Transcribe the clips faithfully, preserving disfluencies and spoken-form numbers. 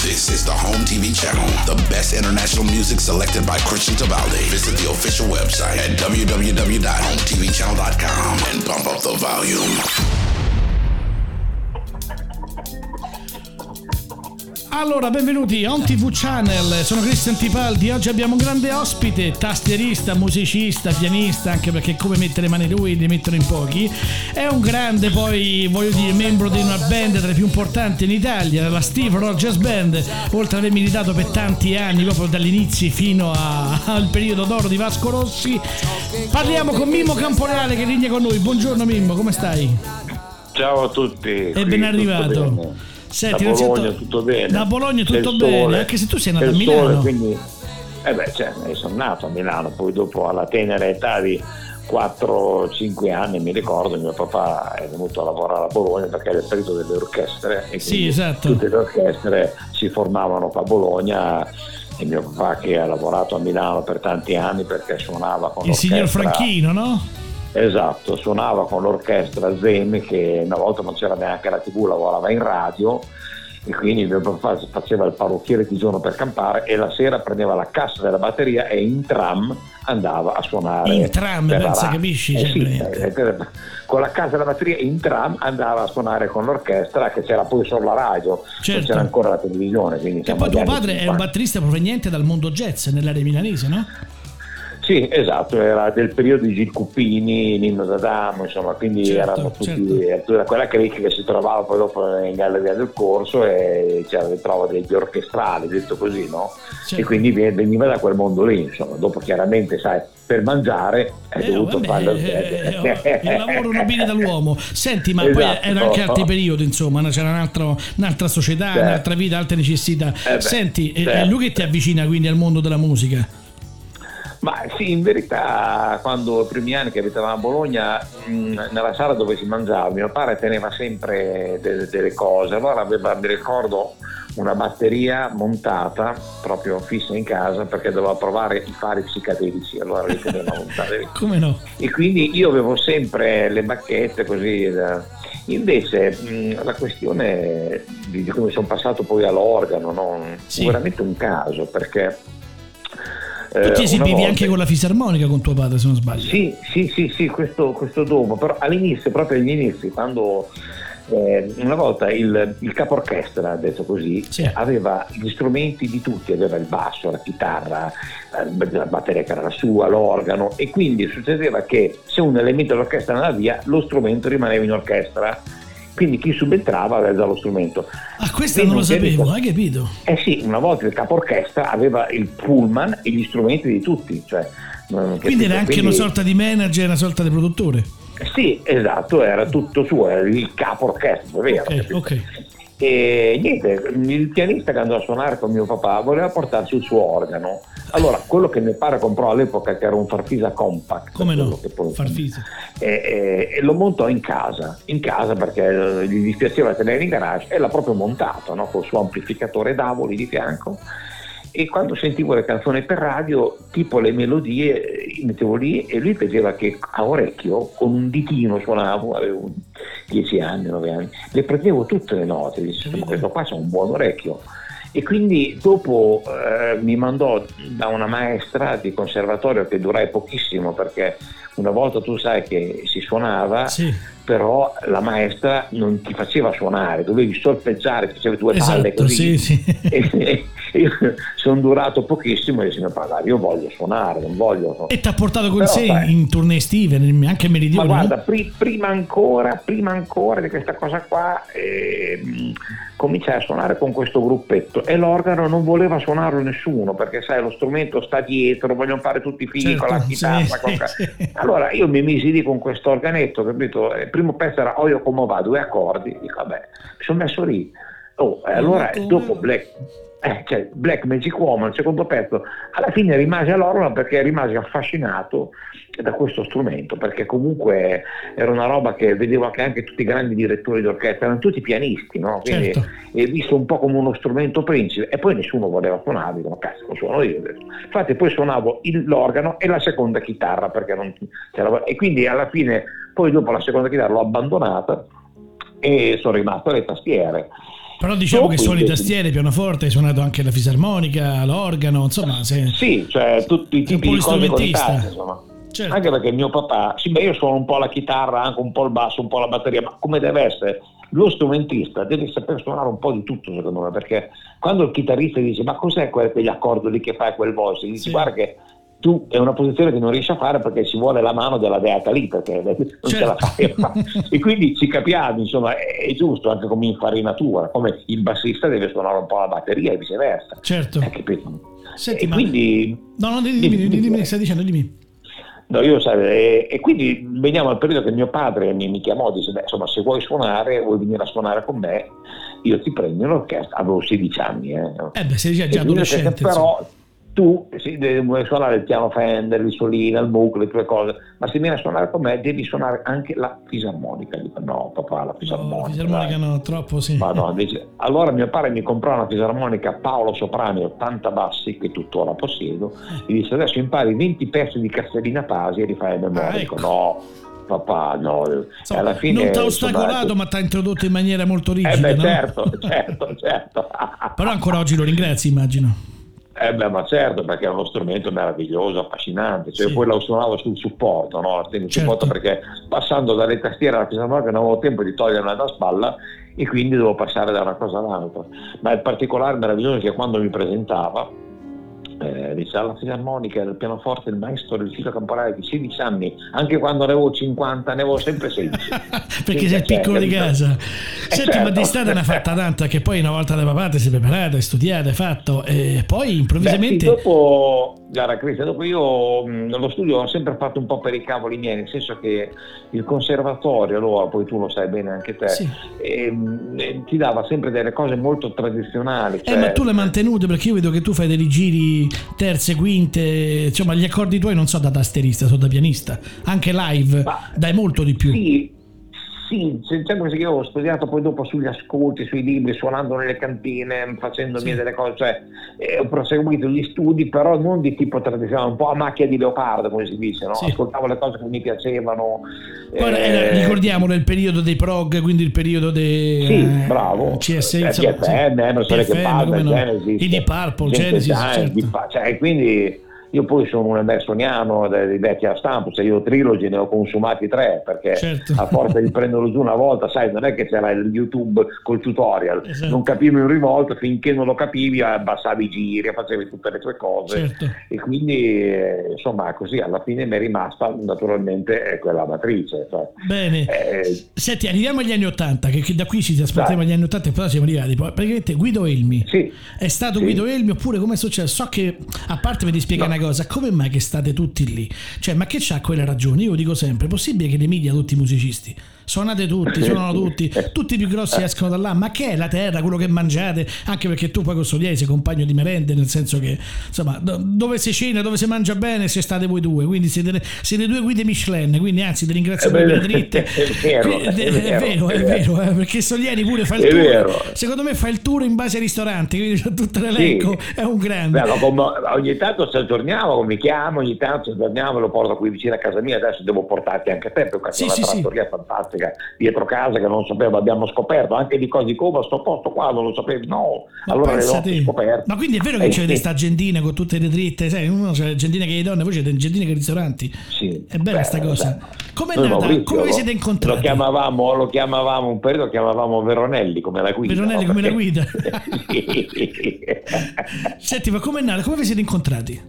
This is the Home T V channel, the best international music selected by Christian Tavaldi. Visit the official website at w w w dot home t v channel dot com and bump up the volume. Allora, benvenuti a Home T V Channel, sono Cristian Tipaldi. Oggi abbiamo un grande ospite, tastierista, musicista, pianista, anche perché come mette le mani lui le mettono in pochi. È un grande, poi voglio dire, membro di una band tra le più importanti in Italia, la Steve Rogers Band, oltre ad aver militato per tanti anni, proprio dagli inizi fino a, al periodo d'oro di Vasco Rossi. Parliamo con Mimmo Camporeale che linea con noi. Buongiorno Mimmo, come stai? Ciao a tutti. E ben arrivato. Senti, da Bologna tutto bene. Da Bologna tutto C'è bene, sole, anche se tu sei nato a Milano. Milano. Quindi, eh beh, cioè, sono nato a Milano, poi dopo alla tenera età di quattro cinque anni, mi ricordo, mio papà è venuto a lavorare a Bologna perché era il periodo delle orchestre e sì, esatto. Tutte le orchestre si formavano qua a Bologna e mio papà, che ha lavorato a Milano per tanti anni perché suonava con il l'orchestra. Signor Franchino, no? Esatto, suonava con l'orchestra Zemi, che una volta non c'era neanche la tivù, lavorava in radio, e quindi mio papà faceva il parrucchiere di giorno per campare e la sera prendeva la cassa della batteria e in tram andava a suonare. In tram, pensa, capisci? Eh sì, eh, con la cassa della batteria in tram andava a suonare con l'orchestra, che c'era poi solo la radio, certo. Non c'era ancora la televisione. Quindi e poi tuo padre è un batterista proveniente dal mondo jazz nell'area milanese, no? Sì, esatto, era del periodo di Gil Cupini, Nino D'Adamo, insomma, quindi certo, erano tutti, certo. Era quella cricca che si trovava poi dopo in Galleria del Corso e c'era le prove degli orchestrali, detto così, no? Certo. E quindi veniva da quel mondo lì, insomma, dopo chiaramente, sai, per mangiare è eh, dovuto vabbè, fare eh, eh, il lavoro non viene dall'uomo. Senti, ma esatto, poi erano anche no, altri no. periodi, insomma, c'era un altro, un'altra società, certo. Un'altra vita, altre necessità. Eh beh, Senti, certo. È lui che ti avvicina quindi al mondo della musica? Ma sì, in verità quando i primi anni che abitavamo a Bologna, mh, nella sala dove si mangiava, mio padre teneva sempre delle, delle cose, allora aveva, mi ricordo, una batteria montata proprio fissa in casa perché doveva provare i fari psicadelici, allora li teneva montati. Come no? E quindi io avevo sempre le bacchette così. Invece mh, la questione di come sono passato poi all'organo, no? Sì. Veramente un caso, perché tu ti esibivi anche con la fisarmonica con tuo padre, se non sbaglio. Sì, sì, sì, sì, questo, questo dopo, però all'inizio, proprio agli inizi, quando eh, una volta il, il capo orchestra, detto così, sì. aveva gli strumenti di tutti, aveva il basso, la chitarra, la batteria che era la sua, l'organo, e quindi succedeva che se un elemento dell'orchestra andava via, lo strumento rimaneva in orchestra. Quindi chi subentrava aveva già lo strumento. Ah, questo quindi non lo sapevo, hai capito? Eh sì, una volta il capo orchestra aveva il pullman e gli strumenti di tutti, cioè, quindi era anche quindi, una sorta di manager, una sorta di produttore. Sì, esatto, era tutto suo, era il capo orchestra, vero? Ok, ok. E niente, il pianista che andò a suonare con mio papà voleva portarsi il suo organo. Allora, quello che mio padre comprò all'epoca, che era un Farfisa Compact, come no? Che poi, Farfisa. E, e, e lo montò in casa, in casa perché gli dispiaceva tenere in garage, e l'ha proprio montato, no? Col suo amplificatore Davoli di fianco. E quando sentivo le canzoni per radio, tipo le melodie, mettevo lì e lui vedeva che a orecchio, con un ditino suonavo, avevo dieci anni, nove anni, le prendevo tutte le note, dicevo, questo qua c'ha un buon orecchio. E quindi dopo eh, mi mandò da una maestra di conservatorio che durai pochissimo, perché una volta tu sai che si suonava, sì. Però la maestra non ti faceva suonare, dovevi solfeggiare, facevi due esatto, palle così. Sì, sì. E, e, io sono durato pochissimo e mi parlava, io voglio suonare, non voglio. E ti ha portato con però, sé sai, in tournée estive, anche meridione? Ma guarda, pri, prima ancora, prima ancora di questa cosa qua, eh, cominciai a suonare con questo gruppetto e l'organo non voleva suonarlo nessuno, perché sai, lo strumento sta dietro, vogliono fare tutti i figli, certo, con la chitarra, sì, con... Sì. Allora io mi misi lì con questo organetto, capito? Il primo pezzo era Oio come va, due accordi, dico vabbè, mi sono messo lì. Oh, e allora dopo Black, eh, cioè Black Magic Woman, il secondo pezzo, alla fine rimase all'organo perché rimasi affascinato da questo strumento, perché comunque era una roba che vedevo che anche tutti i grandi direttori d'orchestra erano tutti pianisti, no? Quindi certo. È visto un po' come uno strumento principe, e poi nessuno voleva suonare, dico ma cazzo lo suono io adesso. Infatti poi suonavo il, l'organo e la seconda chitarra, perché non c'era, e quindi alla fine poi dopo la seconda chitarra l'ho abbandonata e sono rimasto alle tastiere. Però diciamo che suoni invece... tastiere, pianoforte, hai suonato anche la fisarmonica, l'organo, insomma. Se... Sì, cioè tutti i tipi di cose contate, insomma. Certo. Anche perché mio papà, sì, beh, io suono un po' la chitarra, anche un po' il basso, un po' la batteria, ma come deve essere? Lo strumentista deve saper suonare un po' di tutto, secondo me, perché quando il chitarrista dice ma cos'è quel, quegli accordi lì che fai quel voice, dici sì. Guarda che tu è una posizione che non riesci a fare perché ci vuole la mano della beata lì, perché non certo. ce la fai. E quindi ci capiamo, insomma, è, è giusto anche come infarinatura, come il bassista deve suonare un po' la batteria e viceversa. Certo. Eh, capito? Senti, e ma... quindi... No, no, dimmi, dimmi, dimmi, dimmi, stai dicendo, dimmi. No, io sai, e, e quindi veniamo al periodo che mio padre mi, mi chiamò e disse, beh, insomma, se vuoi suonare, vuoi venire a suonare con me, io ti prendo in orchestra, avevo sedici anni. Eh, eh beh, sei già, già adolescente. Però insomma. Tu sì, vuoi suonare il piano Fender, il violino, il buco, le tue cose, ma se vieni a suonare con me devi suonare anche la fisarmonica. Dico, no papà, la fisarmonica. No, la fisarmonica no, troppo sì. Ma no, invece, allora mio padre mi comprò una fisarmonica Paolo Soprani ottanta bassi, che tuttora possiedo, e disse adesso impari venti pezzi di Castellina Pasi e li fai a memoria. Ah, ecco. Dico, no papà, no. So, alla fine, non ti ha ostacolato, insomma, ma ti ha introdotto in maniera molto rigida. Eh beh, no? certo, certo, certo. Però ancora oggi lo ringrazi, immagino. Eh beh, ma certo, perché è uno strumento meraviglioso, affascinante, cioè sì. Poi lo suonavo sul supporto, no? Sul certo. supporto perché passando dalle tastiere alla fisarmonica non avevo tempo di toglierla da spalla e quindi dovevo passare da una cosa all'altra. Ma il particolare meraviglioso è che quando mi presentava eh, dice alla fisarmonica, del pianoforte, il maestro del Ciclo Camporale di sedici anni, anche quando ne avevo cinquanta, ne avevo sempre sedici. Perché sei il piccolo di casa. Eh, Senti, certo. Ma di strada ne ha fatta tanta, che poi una volta da papà ti sei preparato, hai studiato, hai fatto, e poi improvvisamente... Beh, sì, dopo, guarda Cristian, dopo io mh, lo studio ho sempre fatto un po' per i cavoli miei, nel senso che il conservatorio, allora, poi tu lo sai bene anche te, sì. e, mh, ti dava sempre delle cose molto tradizionali. Cioè... Eh, ma tu le hai mantenute, perché io vedo che tu fai dei giri terze, quinte, insomma gli accordi tuoi non so da tasterista, sono da pianista, anche live ma, dai molto di più. Sì, sì, diciamo che io ho studiato poi dopo sugli ascolti, sui libri, suonando nelle cantine, facendomi sì. delle cose, cioè eh, ho proseguito gli studi, però non di tipo tradizionale, un po' a macchia di leopardo, come si dice, no? Sì. Ascoltavo le cose che mi piacevano. Ora, eh, ricordiamolo, il periodo dei prog, quindi il periodo dei sì, bravo. C S I, eh, insomma, P F M, non so che parla, no? Genesis, i Deep Purple, Genesis, certo. di, cioè, quindi io poi sono un emersoniano dei vecchi a stampo, cioè io trilogi ne ho consumati tre, perché certo. a forza di prenderlo giù una volta, sai, non è che c'era il YouTube col tutorial, esatto. non capivi un rivolto, finché non lo capivi abbassavi i giri, facevi tutte le tue cose, certo. e quindi eh, insomma così alla fine mi è rimasta naturalmente quella matrice. Cioè, bene, eh, senti, arriviamo agli anni ottanta, che da qui ci aspettiamo agli anni ottanta e poi siamo arrivati, praticamente Guido Elmi, sì. è stato sì. Guido Elmi oppure come è successo? So che, a parte mi ti spiega no. una cosa, come mai che state tutti lì? Cioè, ma che c'ha quella ragione? Io dico sempre, è possibile che nei media tutti i musicisti suonate tutti, suonano tutti, tutti i più grossi escono da là, ma che è la terra, quello che mangiate? Anche perché tu poi con Solieri sei compagno di merende, nel senso che insomma dove si cena, dove si mangia bene, se state voi due, quindi siete, siete due guide Michelin, quindi anzi ti ringrazio per le dritte. È vero, è, è, è vero, è vero, eh, perché Solieri pure fa il è tour, vero. Secondo me fa il tour in base ai ristoranti, quindi c'è tutto l'elenco, sì. È un grande. Beh, come, ogni tanto ci aggiorniamo, mi chiamo, ogni tanto ci aggiorniamo, lo porto qui vicino a casa mia, adesso devo portarti anche te, perché sì, è una sì, trattoria sì. fantastica dietro casa che non sapevo, abbiamo scoperto anche di cose come sto posto qua, non lo sapevi, no, ma allora le ho scoperto. Ma quindi è vero che eh, c'è sta agendina con tutte le dritte, sai, uno c'è agendine che le donne, voi c'è agendine che i ristoranti, sì, è bella beh, sta cosa. Come è nata? Maurizio, come vi siete incontrati? Lo chiamavamo, lo chiamavamo un periodo, lo chiamavamo Veronelli come la guida. Veronelli no? come Perché... la guida. Senti, ma come è nata? Come vi siete incontrati?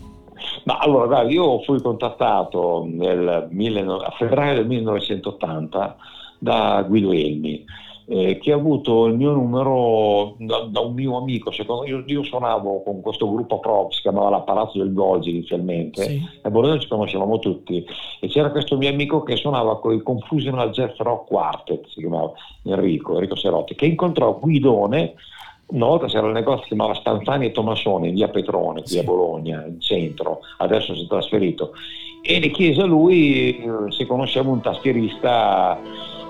Ma allora, guarda, io fui contattato nel mille, a febbraio del millenovecentottanta da Guido Elmi, eh, che ha avuto il mio numero da, da un mio amico. Secondo, io, io suonavo con questo gruppo prog, si chiamava la Palazzo del Golgi inizialmente, sì. A Bologna ci conoscevamo tutti, e c'era questo mio amico che suonava con i Confusional Jazz Rock Quartet, si chiamava Enrico, Enrico Serotti, che incontrò Guidone. Una volta c'era il negozio che si chiamava Stanzani e Tomassoni in via Petrone, qui sì. a Bologna, in centro, adesso si è trasferito, e le chiese a lui se conosceva un tastierista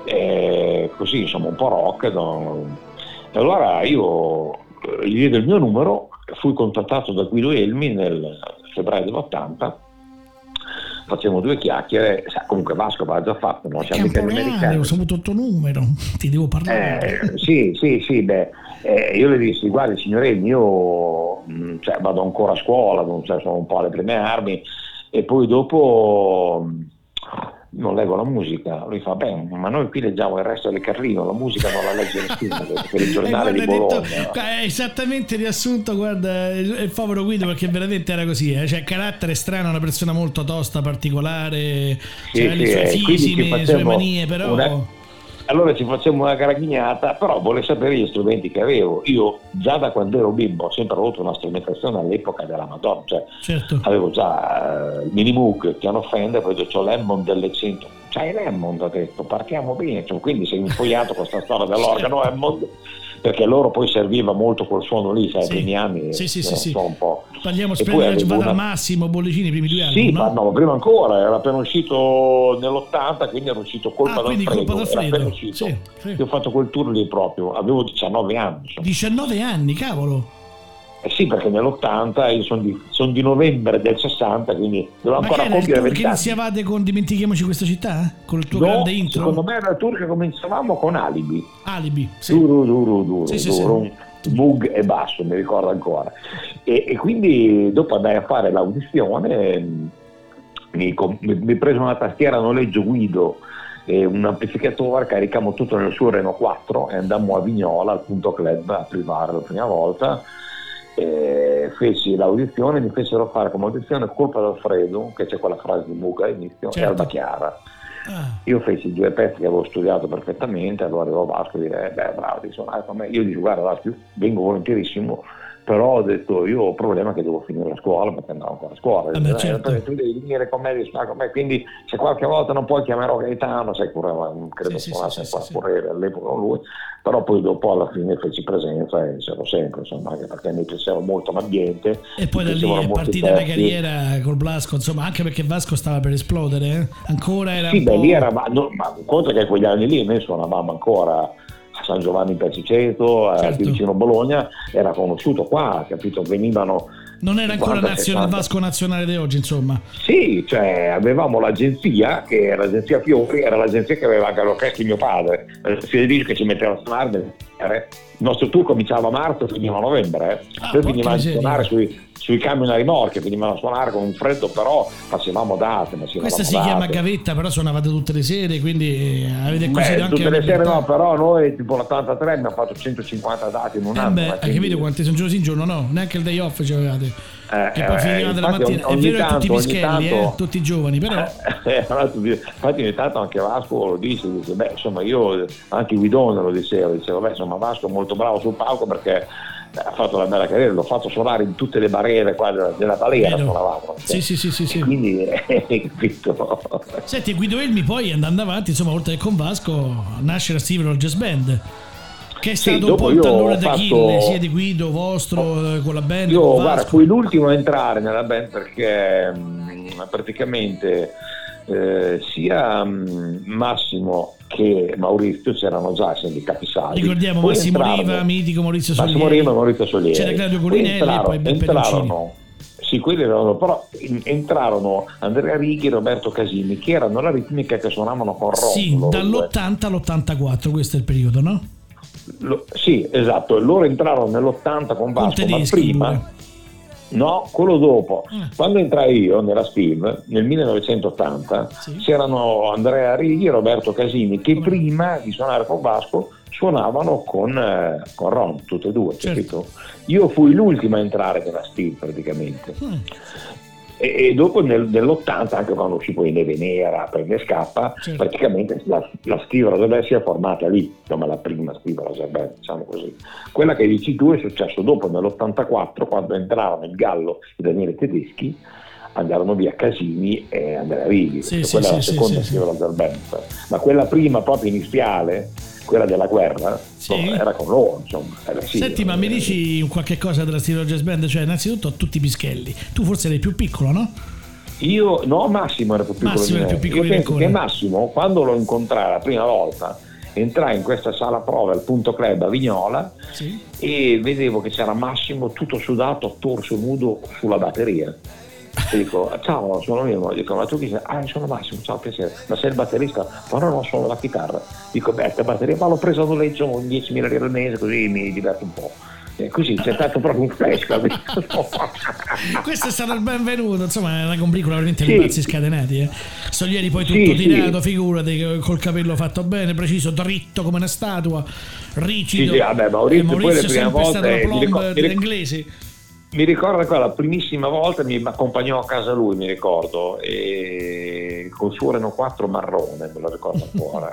eh, così, insomma, un po' rock. No? E allora io gli diedi il mio numero, fui contattato da Guido Elmi nel febbraio dell'ottanta, facevamo due chiacchiere, sa, comunque Vasco aveva già fatto, non siamo mica gli americani. Ho saputo il tuo numero, ti devo parlare. Eh, sì, sì, sì, beh, eh, io le dissi, guardi signorelli, io mh, cioè, vado ancora a scuola, non, cioè, sono un po' alle prime armi, e poi dopo mh, non leggo la musica. Lui fa, beh, ma noi qui leggiamo il resto del Carlino, la musica non la legge nessuno, per il giornale di Bologna. Detto, è esattamente riassunto, guarda, il, il povero Guido, perché veramente era così, eh? Cioè carattere strano, una persona molto tosta, particolare, sì, cioè, sì, le sue eh, fisime, le sue manie, però... Una... Allora ci facciamo una caraghinata, però vuole sapere gli strumenti che avevo. Io già da quando ero bimbo ho sempre avuto una strumentazione all'epoca della Madonna, cioè certo. Avevo già uh, il Mini Moog, piano Fender, poi ho l'Hammond delle cento. C'hai l'Hammond, ho detto, partiamo bene, cioè, quindi sei infogliato con questa storia dell'organo Hammond, perché loro poi serviva molto quel suono lì, sai, sì. primi anni, sì, sì, sì, sì. un po'. Parliamo splendere, vado una... al massimo, Bollicini, i primi due anni. Sì, no? ma no, prima ancora, era appena uscito nell'ottanta, quindi era uscito Colpa ah, d'Alfredo. Colpa d'Alfredo. Era uscito. Sì, sì. Io ho fatto quel tour lì proprio, avevo diciannove anni. Insomma. diciannove anni, cavolo! Eh sì, perché nell'ottanta io sono di, son di novembre del sessanta, quindi devo ma ancora compiere venti anni. Ma che iniziavate con Dimentichiamoci questa città? Con il tuo no, grande intro? Secondo me era il tour che cominciavamo con Alibi. Alibi, sì. Duro, duro, duro, sì, sì, duro. Sì. Bug e basso, mi ricordo ancora. E, e quindi dopo andai a fare l'audizione, mi, mi, mi preso una tastiera a noleggio Guido e un amplificatore, caricammo tutto nel suo Renault quattro e andammo a Vignola al Punto Club a privare la prima volta. E feci l'audizione, mi fecero fare come audizione Colpa d'Alfredo, che c'è quella frase di Muga all'inizio, certo. E Alba Chiara. Ah. Io feci due pezzi che avevo studiato perfettamente, allora arrivò Vasco a dire, beh bravo, devi suonare con me. Io dico, guarda Vasco, vengo volentierissimo, però ho detto, io ho un problema che devo finire la scuola perché andavo ancora a scuola. Ah, beh, certo. Tu devi venire con me, devi suonare con me, quindi se qualche volta non puoi chiamerò Gaetano, sai, curava, credo sì, suonasse sì, ancora sì, Corriere sì. All'epoca con lui, però poi dopo alla fine feci presenza e c'ero sempre, insomma, anche perché mi piaceva molto l'ambiente. E poi da lì è partita la carriera col Blasco, insomma, anche perché Vasco stava per esplodere, eh? Ancora era sì, un beh, po'... lì era, ma, no, ma conta che quegli anni lì noi suonavamo ancora a San Giovanni in Perciceto, certo. Vicino Bologna, era conosciuto qua, capito? Venivano... Non era ancora nazionale, il Vasco nazionale di oggi, insomma. Sì, cioè avevamo l'agenzia, che era l'agenzia Fiori, era l'agenzia che aveva anche l'orchestra di mio padre, Federico che ci metteva a suonare. Il nostro tour cominciava a marzo e finiva a novembre, eh. ah, poi venivamo a suonare sui, sui camion a rimorchio, venivano a suonare con un freddo, però facevamo date. Questa si date. chiama gavetta, però suonavate tutte le sere, quindi avete così anche tutte le sere no, però noi tipo l'ottantatré abbiamo fatto centocinquanta date in un eh anno. Beh, hai capito quanti sono giorno sì giorno no, neanche il day off ci avevate. Eh, che poi eh, finivate la mattina, è vero tanto, tutti i pischelli, tanto, eh, tutti i giovani, però eh, infatti ogni tanto anche Vasco lo dice, dice beh insomma io, anche Guidone lo diceva, diceva beh insomma Vasco è molto bravo sul palco perché ha fatto una bella carriera, l'ho fatto suonare in tutte le barriere qua della, della Valera, suonavamo. Sì, sì, sì, sì, sì. Quindi hai capito. Senti, Guido Elmi poi andando avanti, insomma, oltre che con Vasco, nasce la Stivolo Jazz Band. Che è stato sì, un po' il tallone d'Achille fatto... sia di Guido, vostro, oh, con la band. Io con guarda, fui l'ultimo a entrare nella band perché mh, praticamente eh, sia mh, Massimo che Maurizio c'erano già essendo i capisaldi. Ricordiamo poi Massimo entrarono, Riva, mitico Maurizio Solieri. Massimo Riva e Maurizio Solieri. C'era Claudio Colinelli entrarono, e poi Ben entrarono, sì, quelli erano, però entrarono Andrea Righi e Roberto Casini, che erano la ritmica che suonavano con Ron. Sì, dall'ottanta all'ottantaquattro, questo è il periodo, no? Lo, sì, esatto, loro entrarono nell'ottanta con Vasco, ma prima pure. No, quello dopo. Ah. Quando entrai io nella Steve nel millenovecentottanta sì. C'erano Andrea Righi e Roberto Casini che Come? prima di suonare con Vasco suonavano con, eh, con Ron, tutte e due, certo. Capito? Io fui l'ultimo a entrare nella Steve praticamente. Mm. E, e dopo nel, nell'ottanta, anche quando uscì poi Neve Nera, Prende e Scappa, certo. Praticamente la, la Steve Roosevelt si è formata lì, come la prima Steve Roosevelt, diciamo così. Quella che dici tu è successo dopo nell'ottantaquattro, quando entrarono il Gallo e Daniele Tedeschi, andarono via Casini e Andrea Righi, sì, sì, quella sì, è la sì, seconda sì, Steve sì. Roosevelt, ma quella prima proprio iniziale, quella della guerra, sì. Era con loro, insomma. Era sì, Senti, ma mi dici qualche cosa della Steve Jazz Band? Cioè, innanzitutto tutti i pischelli. Tu forse eri più piccolo, no? Io, no, Massimo era più piccolo. Massimo era più piccolo. Io penso che Massimo, quando lo incontrai la prima volta, entrai in questa sala prove al Punto Club a Vignola sì. E vedevo che c'era Massimo tutto sudato, torso nudo sulla batteria. e dico ciao, sono Mimmo, dico ma tu chi sei? Ah, sono Massimo, ciao, piacere, ma sei il batterista? Ma no, no, sono la chitarra. Dico beh, la batteria, ma l'ho presa a noleggio con diecimila lire al mese, così mi diverto un po'. E così c'è stato proprio un flash. Questo è stato il benvenuto, insomma è una combricola veramente sì. di pazzi scatenati, eh. Solieri poi tutto sì, tirato, sì. figurati, col capello fatto bene, preciso, dritto come una statua, rigido. Sì, sì, vabbè, Maurizio, Maurizio poi le è prime sempre volte stato la plomb mi ricordo, degli inglesi. Mi ricordo che la primissima volta mi accompagnò a casa lui, mi ricordo, e col suo Renault quattro marrone, me lo ricordo ancora.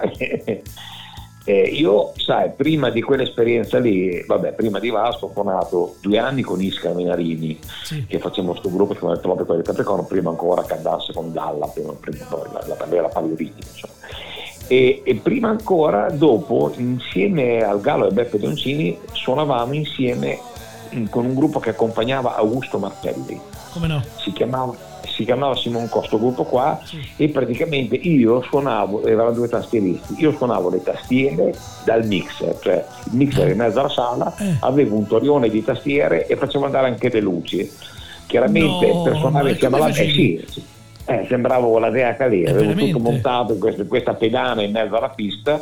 E io, sai, prima di quell'esperienza lì, vabbè, prima di Vasco ho suonato due anni con Isca Menarini, sì. che facevamo questo gruppo che chiamava Tropico del Capricorno, prima ancora che andasse con Dalla, prima, prima poi la, la, la, la Pallerini, insomma. E, e prima ancora, dopo, insieme al Gallo e Beppe Doncini, suonavamo insieme con un gruppo che accompagnava Augusto Martelli. Come no? Si chiamava si chiamava Simon Costo, gruppo qua, sì. E praticamente io suonavo, erano due tastieristi, io suonavo le tastiere dal mixer, cioè il mixer in mezzo alla sala, eh. avevo un torione di tastiere e facevo andare anche le luci. Chiaramente no, per suonare chiamava, eh sì, sì. Eh, sembravo la Dea Calì, avevo veramente? tutto montato in questa, questa pedana in mezzo alla pista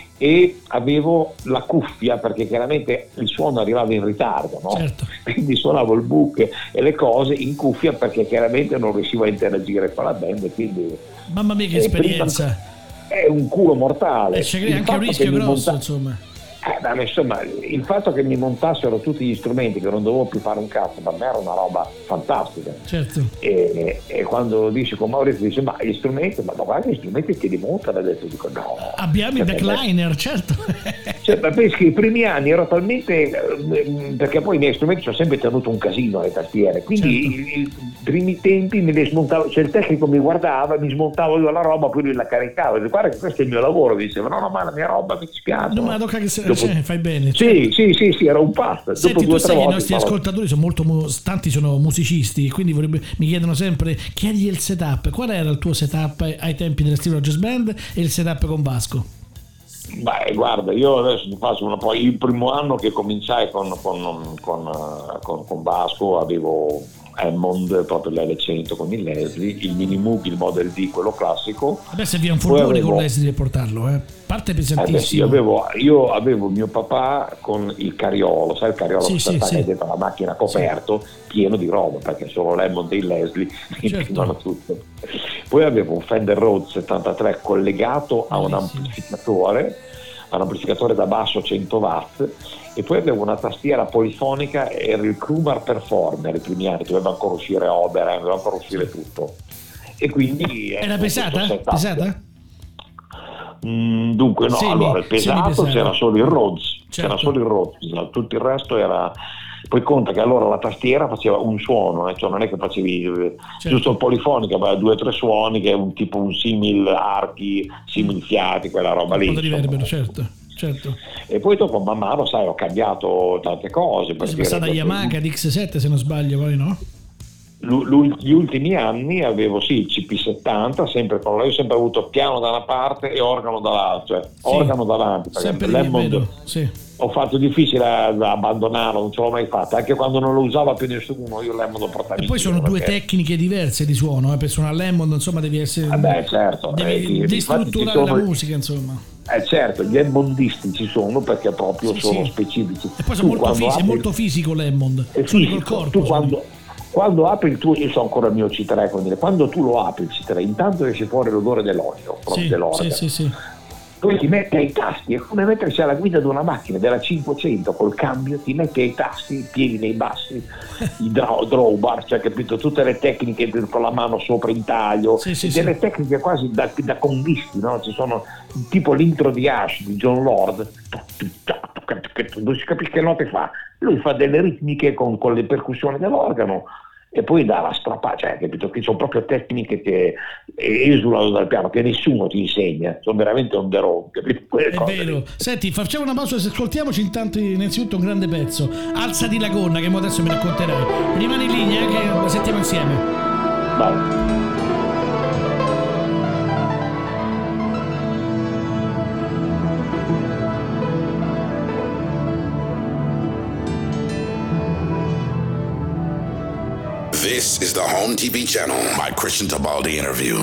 e avevo la cuffia perché chiaramente il suono arrivava in ritardo, no? Certo. Quindi suonavo il book e le cose in cuffia perché chiaramente non riuscivo a interagire con la band e quindi mamma mia che esperienza, è un culo mortale, e c'è anche un rischio grosso monta- insomma eh, beh, insomma il fatto che mi montassero tutti gli strumenti, che non dovevo più fare un cazzo, per me era una roba fantastica. Certo. E, e quando dici con Maurizio dice ma gli strumenti, ma guarda gli strumenti che li montano, adesso dico no, abbiamo i backliner, me, certo. Cioè, penso che i primi anni ero talmente, perché poi i miei strumenti ci ho sempre tenuto un casino alle tastiere, quindi certo. i, i primi tempi me li smontavo, cioè il tecnico mi guardava, mi smontavo io la roba, poi lui la caricava, dice, guarda che questo è il mio lavoro, mi diceva no no ma la mia roba mi dispiace, non me la tocca che se, dopo, cioè, fai bene, sì, certo. sì sì sì era un pasto. Senti, dopo tu due sai che i nostri volte, ascoltatori sono molto, tanti sono musicisti, quindi vorrebbe, mi chiedono sempre chiedi il setup, qual era il tuo setup ai tempi della Stilo Jazz Band e il setup con Vasco? Beh, guarda, io adesso ti faccio una poi il primo anno che cominciai con, con, con, con, con Vasco avevo Hammond, proprio l'L cento con il Leslie, il Mini Moog, il Model D, quello classico. Adesso vi è un furgone avevo... con Leslie di portarlo, eh? Parte pesantissimo. Eh beh, sì, io, avevo, io avevo mio papà con il carriolo, sai il carriolo sì, che sì, sta sì. dentro la macchina coperto, sì. pieno di roba, perché solo l'Hammond e il Leslie certo. tutto. Poi avevo un Fender Rhodes settantatré collegato a un amplificatore, a un amplificatore da basso cento watt, e poi avevo una tastiera polifonica, era il Krumar Performer, i primi anni, doveva ancora uscire Oberheim, doveva ancora uscire tutto. E quindi era pesata? Pesata? Mm, dunque no, semi, allora il pesato c'era solo il Rhodes, certo. c'era solo il Rhodes, tutto il resto era. Poi conta che allora la tastiera faceva un suono, eh, cioè non è che facevi certo. giusto il polifonica, ma due o tre suoni, che è un tipo un simil archi, simil fiati, quella roba lì. Un po' di riverbero, certo. Certo. E poi dopo man mano, sai, ho cambiato tante cose. Poi si è passata a Yamaha D X sette se non sbaglio, poi no? Gli ultimi anni avevo sì il C P settanta, sempre con io ho sempre avuto piano da una parte e organo dall'altra, cioè sì. organo davanti, perché l'Hammond sì. ho fatto difficile da abbandonarlo, non ce l'ho mai fatta, anche quando non lo usava più nessuno, io l'Hammond lo portavo. E poi sono due perché... tecniche diverse di suono, eh? Per suonare l'Hammond insomma devi essere eh beh, certo. devi eh, destrutturare sono... la musica insomma. Eh certo, gli Hammondisti ci sono perché proprio sì, sono sì. specifici. E poi sono molto fisi- apri... è molto fisico l'Hammond, è fisico. Col corpo, tu quando, quando apri il tuo, io so ancora il mio C tre, quindi quando tu lo apri il C tre, intanto esce fuori l'odore dell'olio, proprio sì, dell'organo. Sì, sì, sì. Poi ti metti ai tasti, è come mettersi alla guida di una macchina della cinquecento col cambio, ti metti ai tasti, piedi nei bassi, i draw, drawbar, cioè capito, tutte le tecniche con la mano sopra in taglio, sì, sì, delle sì. tecniche quasi da, da convisti, no? Ci sono tipo l'intro di Ash di John Lord, non si capisce che note fa, lui fa delle ritmiche con, con le percussioni dell'organo e poi dà la strappata, cioè capito che sono proprio tecniche che esulano dal piano, che nessuno ti insegna, sono veramente on the road, capito? È vero. Lì. Senti, facciamo una pausa, ascoltiamoci intanto innanzitutto un grande pezzo, Alzati la gonna, che adesso mi racconterai, rimani in linea che la sentiamo insieme. Vai. This is the Home T V channel, my Christian Tabaldi interview.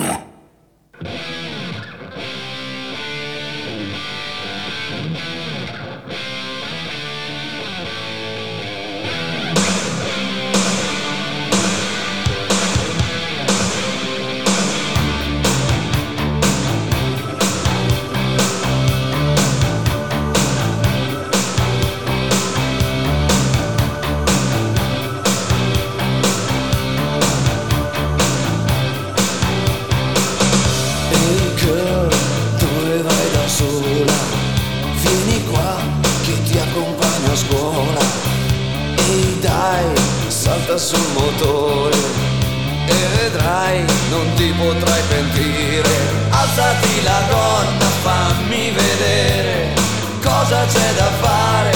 Sul motore e vedrai, non ti potrai pentire. Alzati la gonna, fammi vedere cosa c'è da fare.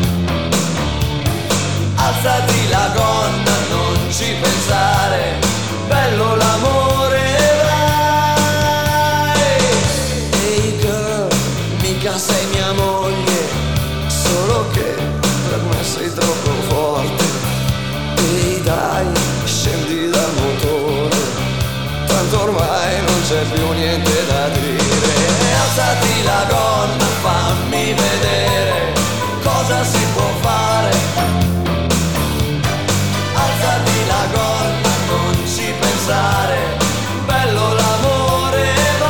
Alzati la gonna, non ci pensare, bello l'amore, vai. Hey girl, mica sei mia moglie, solo che per me sei troppo forte. Ehi dai, scendi dal motore, tanto ormai non c'è più niente da dire. Alzati la gonna, fammi vedere cosa si può fare. Alzati la gonna, non ci pensare, bello l'amore,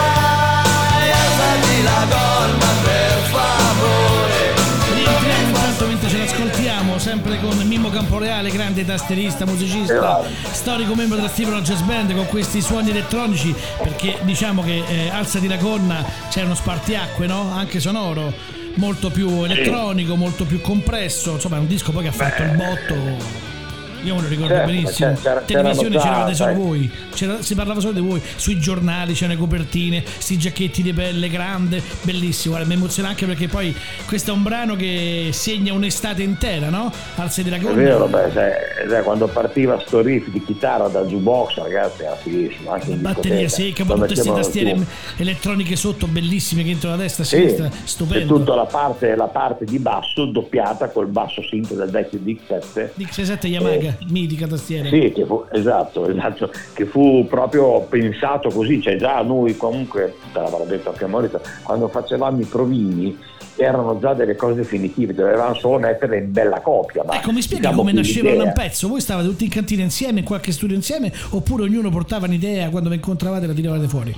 vai. Alzati la gonna, per favore. Rientriamo intanto mentre ce l'ascoltiamo, sempre con Mimmo Camporeale, grande tastierista, musicista, storico membro della Stevano Jazz Band, con questi suoni elettronici, perché diciamo che eh, Alzati la gonna c'è uno spartiacque, no? Anche sonoro, molto più elettronico, molto più compresso, insomma è un disco poi che ha fatto Beh. il botto. Io me lo ricordo certo, benissimo. C'era, televisione c'eravate solo sai. voi, c'era, si parlava solo di voi, sui giornali c'erano le copertine, sti giacchetti di pelle grande, bellissimo. Guarda, mi emoziona anche perché poi questo è un brano che segna un'estate intera, no? Alzati la gonna. È vero, beh, sai, sai, quando partiva sto riff di chitarra dal jukebox, ragazzi, era fighissimo. Anche in batteria secca, poi tutte queste tastiere tu. elettroniche sotto bellissime che entrano da destra a sì, sinistra, stupendo. E tutta la parte, la parte di basso doppiata col basso synth del vecchio D X sette. D X sette Yamaha. Eh, mitica tastiera. Sì, che fu, esatto, esatto, che fu proprio pensato così, cioè già noi comunque, te l'avrà detto anche Maurizio, quando facevamo i provini erano già delle cose definitive, dovevamo solo mettere in bella copia. Ma ecco, mi spieghi diciamo come nasceva l'idea. un pezzo? Voi stavate tutti in cantina insieme, in qualche studio insieme, oppure ognuno portava un'idea, quando vi incontravate la tiravate fuori?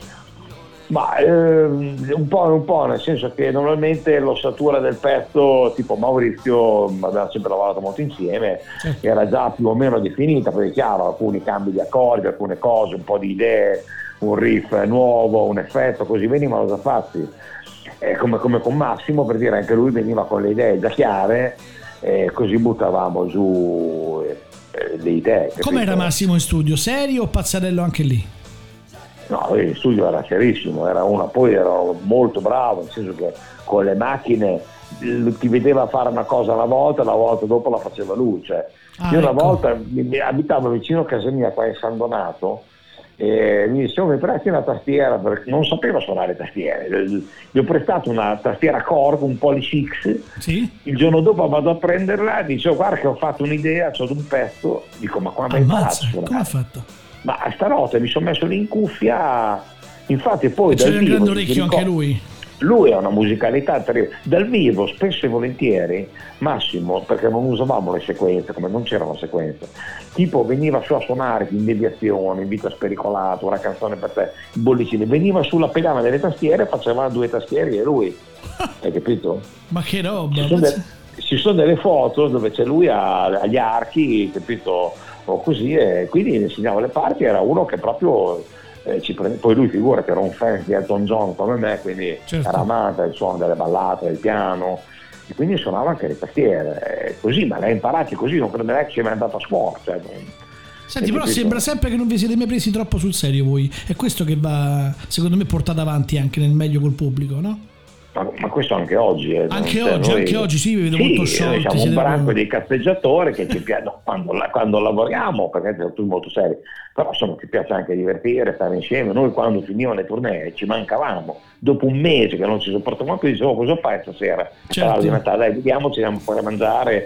Ma ehm, un po' un po', nel senso che normalmente l'ossatura del pezzo, tipo Maurizio, abbiamo sempre lavorato molto insieme, certo. Era già più o meno definita, perché chiaro, alcuni cambi di accordi, alcune cose, un po' di idee, un riff nuovo, un effetto, così venivano già fatti. E come, come con Massimo, per dire, anche lui veniva con le idee già chiare, e così buttavamo giù eh, le idee. Com'era Massimo in studio? Serio o pazzarello anche lì? No, il studio era serissimo, era una, poi era molto bravo, nel senso che con le macchine ti vedeva fare una cosa una volta, la volta dopo la faceva lui. Cioè, ah, io una ecco. volta mi, abitavo vicino a casa mia qua in San Donato e mi disse: oh, mi presti una tastiera, perché non sapeva suonare tastiere. Gli ho prestato una tastiera Korg, un Polysix. Sì? Il giorno dopo vado a prenderla e dice: oh, guarda che ho fatto un'idea, c'ho un pezzo. Dico: ma quando hai imparato? Come ha fatto? Ma stanotte mi sono messo lì in cuffia, infatti poi e dal c'era vivo, un grande orecchio anche lui. Lui ha una musicalità terribile. Dal vivo spesso e volentieri Massimo, perché non usavamo le sequenze, come non c'erano sequenze, tipo veniva su a suonare in deviazione, in vita spericolata, una canzone per te, il bollicino, veniva sulla pedana delle tastiere, faceva due tastiere e lui, hai capito? Ma che roba! Ci sono, de- ci sono delle foto dove c'è lui a- agli archi, capito? O così, e quindi insegnava le parti, era uno che proprio eh, ci prende, poi lui figura che era un fan di Elton John come me, quindi certo. Era amante del suono delle ballate, del piano, e quindi suonava anche le tastiere, eh, così, ma le ha imparate così, non credo che sia mai andato a scuola. Cioè, senti, però sembra sempre che non vi siete mai presi troppo sul serio voi, è questo che va, secondo me, portato avanti anche nel meglio col pubblico, no? Ma, ma questo anche oggi eh, anche cioè, oggi, noi, anche oggi sì, vi vedo sì, molto sciolti, siamo un branco proprio... dei cazzeggiatori che ci piace quando, quando lavoriamo, perché siamo tutti molto seri, però insomma ci piace anche divertire, stare insieme. Noi quando finivano le tournée ci mancavamo, dopo un mese che non ci sopportavamo più, dicevo: oh, cosa fai stasera? Certo. Di Natale, dai, vediamo, ci andiamo fuori a mangiare,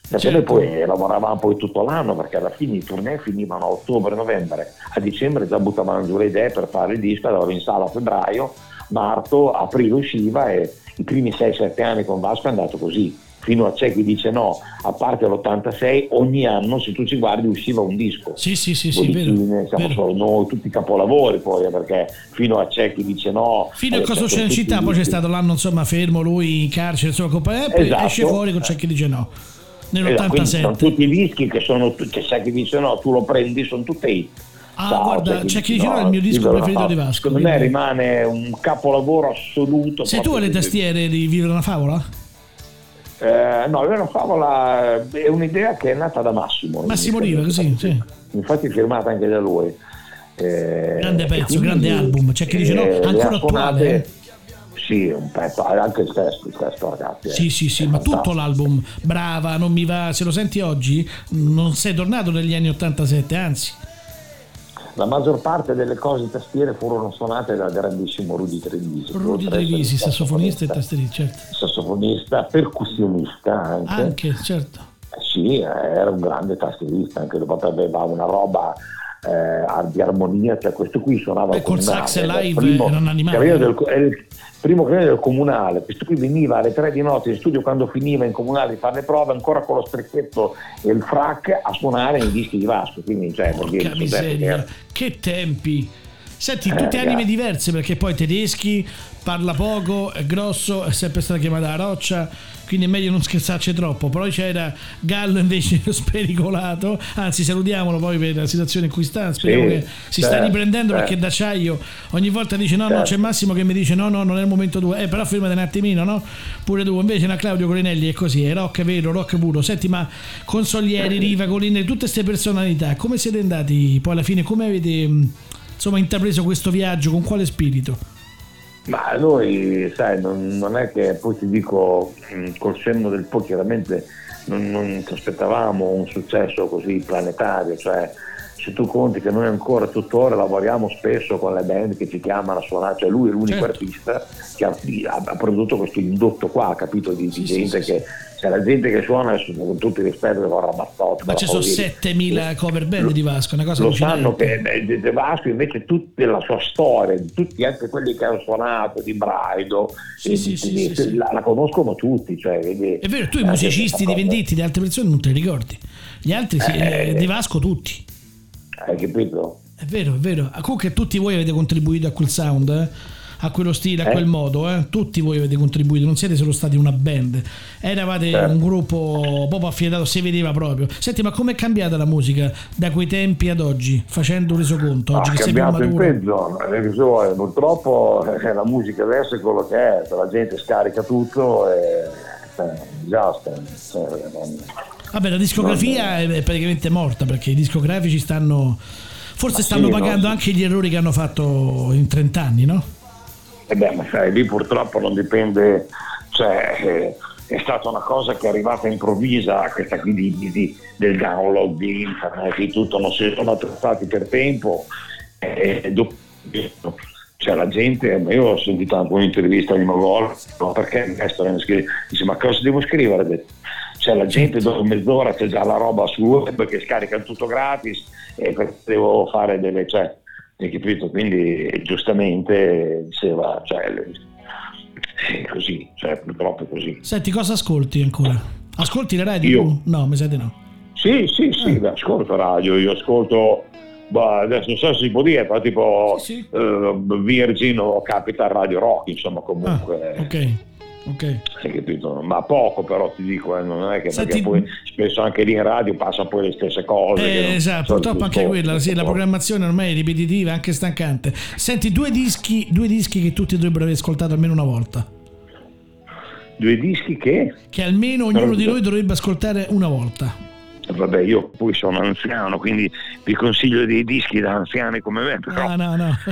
Perché certo. Noi poi lavoravamo poi tutto l'anno, perché alla fine i tournée finivano a ottobre-novembre, a dicembre già buttavano giù le idee per fare il disco, andavamo in sala a febbraio, marzo, aprile usciva, e i primi sei sette anni con Vasco è andato così, fino a c'è chi dice no, a parte l'ottantasei ogni anno, se tu ci guardi, usciva un disco. Sì, sì, sì, sì, vero, siamo vero. solo noi, tutti i capolavori poi, perché fino a c'è chi dice no. Fino a Cosa succede in città, poi c'è stato l'anno insomma fermo, lui in carcere, insomma, Coppa, e esatto. Esce fuori con c'è chi dice no. Nell'ottantasette. Sono tutti i dischi che sono, che c'è chi dice no, tu lo prendi, sono tutte hit. Ah, Ciao, guarda, c'è chi dice no, è il mio disco preferito di Vasco. Secondo quindi... me rimane un capolavoro assoluto. Sei tu alle tastiere di Vivere una favola? Eh, no, Vivere una favola è un'idea che è nata da Massimo. Massimo Riva, così, sì. Infatti firmata anche da lui. Eh, grande pezzo, quindi, grande album. C'è chi dice no, ancora attuale. Eh? Sì, un pezzo, anche il testo, il testo ragazzi. Sì, sì, sì, ma fantastico. Tutto l'album, brava, non mi va, se lo senti oggi non sei tornato negli anni ottantasette, anzi. La maggior parte delle cose tastiere furono suonate dal grandissimo Rudy Trevisi. Rudy Trevisi, sassofonista e tastierista, certo. Sassofonista, percussionista anche. Anche, certo. Sì, era un grande tastierista, anche dopo aveva una roba eh, di armonia, cioè questo qui suonava col sax live, primo, era un animale. Del, è il primo che del comunale, questo qui veniva alle tre di notte in studio quando finiva in comunale di fare le prove, ancora con lo strecchetto e il frac a suonare nei dischi di Vasco, quindi cioè, porca dire, miseria, che tempi. Senti, tutte eh, anime diverse, perché poi tedeschi, parla poco, è grosso, è sempre stata chiamata la roccia, quindi è meglio non scherzarci troppo. Poi c'era Gallo invece spericolato, anzi salutiamolo poi per la situazione in cui sta, speriamo sì, che si certo, sta riprendendo certo. Perché d'acciaio ogni volta dice no, certo. no, c'è Massimo che mi dice no, no, non è il momento tuo, eh però fermate un attimino, no? Pure tu, invece no, Claudio Colinelli è così, è rock vero, rock puro. Senti, ma Consolieri, Riva, Colinelli, tutte queste personalità, come siete andati poi alla fine, come avete insomma intrapreso questo viaggio, con quale spirito? Ma noi, sai, non, non è che poi ti dico col senno del poi, chiaramente non, non ci aspettavamo un successo così planetario, cioè se tu conti che noi ancora tuttora lavoriamo spesso con le band che ci chiamano a suonare, cioè lui è l'unico certo. artista che ha, ha prodotto questo indotto qua, capito, di, sì, di gente sì, che sì. C'è la gente che suona con tutto il rispetto che vorrà Bastotti, ma ci sono settemila cover band lo, di Vasco, una cosa lo sanno che di Vasco invece tutta la sua storia, tutti anche quelli che hanno suonato di Braido sì, sì, sì, di, sì, la, la conoscono tutti, cioè, quindi, è vero, tu i musicisti di Venditti di altre persone non te li ricordi, gli altri sì, eh, di Vasco tutti, hai capito? È vero, è vero. Comunque tutti voi avete contribuito a quel sound, eh? A quello stile, a quel eh? modo, eh? Tutti voi avete contribuito, non siete solo stati una band, eravate certo. un gruppo proprio affiatato, si vedeva proprio. Senti, ma com'è cambiata la musica da quei tempi ad oggi, facendo un resoconto? Oggi ha che cambiato in peggio, purtroppo eh, la musica adesso è quello che è, la gente scarica tutto e è un disastro. Vabbè, la discografia è praticamente morta, perché i discografici stanno forse ma stanno sì, pagando no? anche gli errori che hanno fatto in trent'anni, no? E beh, ma sai, lì purtroppo non dipende, cioè eh, è stata una cosa che è arrivata improvvisa, questa qui di, di, del download di internet e tutto, non si sono attrezzati per tempo e, e dopo cioè la gente, io ho sentito anche un'intervista di Mogol, perché dice ma cosa devo scrivere? Cioè la gente dopo mezz'ora c'è già la roba su web che scaricano tutto gratis e devo fare delle, cioè, hai capito? Quindi giustamente diceva, cioè è così, cioè purtroppo è così. Senti, cosa ascolti ancora? Ascolti la radio? Io? No, mi sa di no. Sì, sì, sì, ah. ascolto radio, io ascolto, bah, adesso non so se si può dire, ma tipo sì, sì. Uh, Virgin o Capital Radio Rock, insomma comunque. Ah, ok. Ok, hai capito? Ma poco, però ti dico, eh, non è che Senti, perché poi spesso anche lì in radio passa poi le stesse cose. Eh, che esatto, purtroppo anche quella, sì, la programmazione ormai è ripetitiva, anche stancante. Senti, due dischi, due dischi che tutti dovrebbero aver ascoltato almeno una volta. Due dischi che? Che almeno ognuno però, di noi dovrebbe ascoltare una volta. Vabbè, io poi sono anziano, quindi vi consiglio dei dischi da anziani come me, però. No, no, no.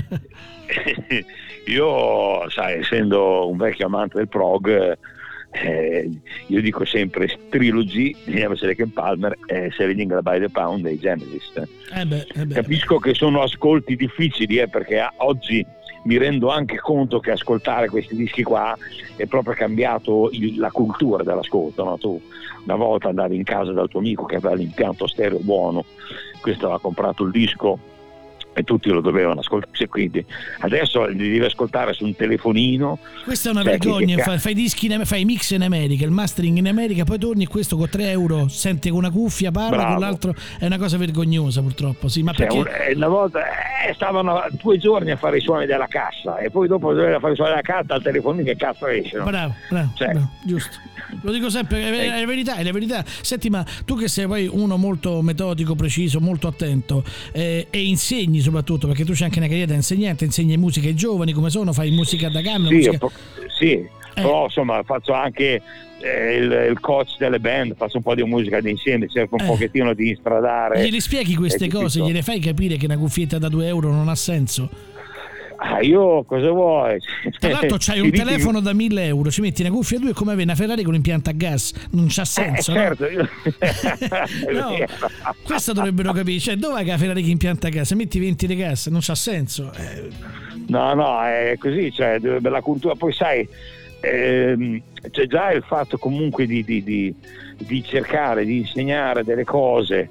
Io, sai, essendo un vecchio amante del prog, eh, io dico sempre Trilogy di Emerson Lake and Palmer e Saving by the Pound dei Genesis. Eh beh, eh beh, Capisco beh. che sono ascolti difficili, eh, perché oggi mi rendo anche conto che ascoltare questi dischi qua è proprio cambiato il, la cultura dell'ascolto, no? Tu una volta andavi in casa dal tuo amico che aveva l'impianto stereo buono, questo aveva comprato il disco e tutti lo dovevano ascoltare, quindi adesso li devi ascoltare su un telefonino. Questa è una cioè, vergogna, che, che fai, fai dischi in, fai mix in America, il mastering in America, poi torni e questo con tre euro sente con una cuffia, parla, bravo. con l'altro è una cosa vergognosa purtroppo, sì, ma cioè, perché... un, eh, una volta eh, stavano due giorni a fare i suoni della cassa e poi dopo dovevano fare i suoni della cassa al telefonino, che cazzo esce, no? Bravo, bravo, cioè, bravo, giusto. Lo dico sempre, è, è la verità, è la verità. Senti, ma tu che sei poi uno molto metodico, preciso, molto attento eh, e insegni soprattutto, perché tu c'hai anche una carriera da insegnante, insegni musica ai giovani, come sono? Fai musica da camera? Sì, musica... po- sì. Eh. Però insomma faccio anche eh, il, il coach delle band, faccio un po' di musica d'insieme, cerco un Eh. pochettino di instradare. Glieli spieghi queste eh, cose, capito? gliele fai capire che una cuffietta da due euro non ha senso? Ah, io cosa vuoi? Tra l'altro c'hai Ti un dici- telefono da mille euro, ci metti una cuffia due, è come avere una Ferrari con impianto a gas, non c'ha senso, eh, certo, io... no? No, questo dovrebbero capire, cioè dove è che la Ferrari che impianta a gas? Metti venti di gas, non c'ha senso. Eh. No, no, è così, cioè la cultura, poi sai, ehm, c'è già il fatto comunque di, di, di, di cercare di insegnare delle cose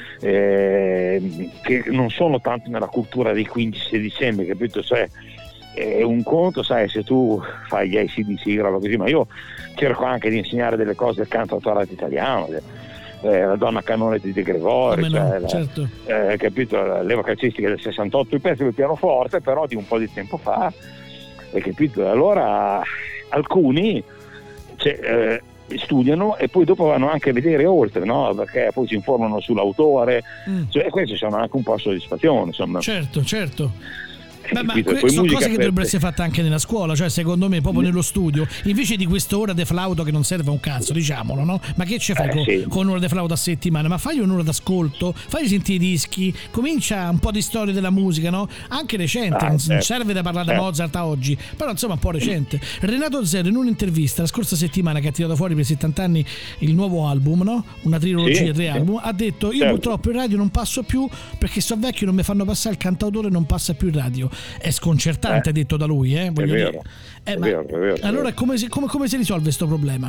eh, che non sono tanto nella cultura dei quindici sedicenni, capito? Cioè, è un conto, sai, se tu fai gli A C D C, roba così, ma io cerco anche di insegnare delle cose del cantautorato italiano, eh, la donna canone di De Gregori, Come no, cioè, la- certo. eh, capito, la leva calcistica del sessantotto, i pezzi del pianoforte però di un po' di tempo fa, hai capito? Allora alcuni cioè, eh, studiano e poi dopo vanno anche a vedere oltre, no? Perché poi si informano sull'autore, Mm. cioè, e questi sono anche un po' soddisfazione, insomma. Certo, certo. Beh, ma Capito? que- Poi sono musica cose che per- dovrebbero essere fatte anche nella scuola, cioè secondo me proprio nello studio, invece di quest'ora de flauto che non serve a un cazzo, diciamolo, no? Ma che ci fai Eh, con, sì. con un'ora di flauto a settimana? Ma fai un'ora d'ascolto, fai sentire i dischi, comincia un po' di storia della musica, no? Anche recente, Ah, non certo. serve da parlare da Certo. Mozart a oggi, però insomma un po' recente. Renato Zero in un'intervista la scorsa settimana che ha tirato fuori per settanta anni il nuovo album, no? Una trilogia Sì, di tre sì. album, ha detto io Certo. purtroppo in radio non passo più perché so vecchio, non mi fanno passare, il cantautore non passa più in radio. È sconcertante, Eh, detto da lui, eh, voglio vero, dire. Eh, è ma vero, è vero, è allora vero. come si, come, come si risolve questo problema?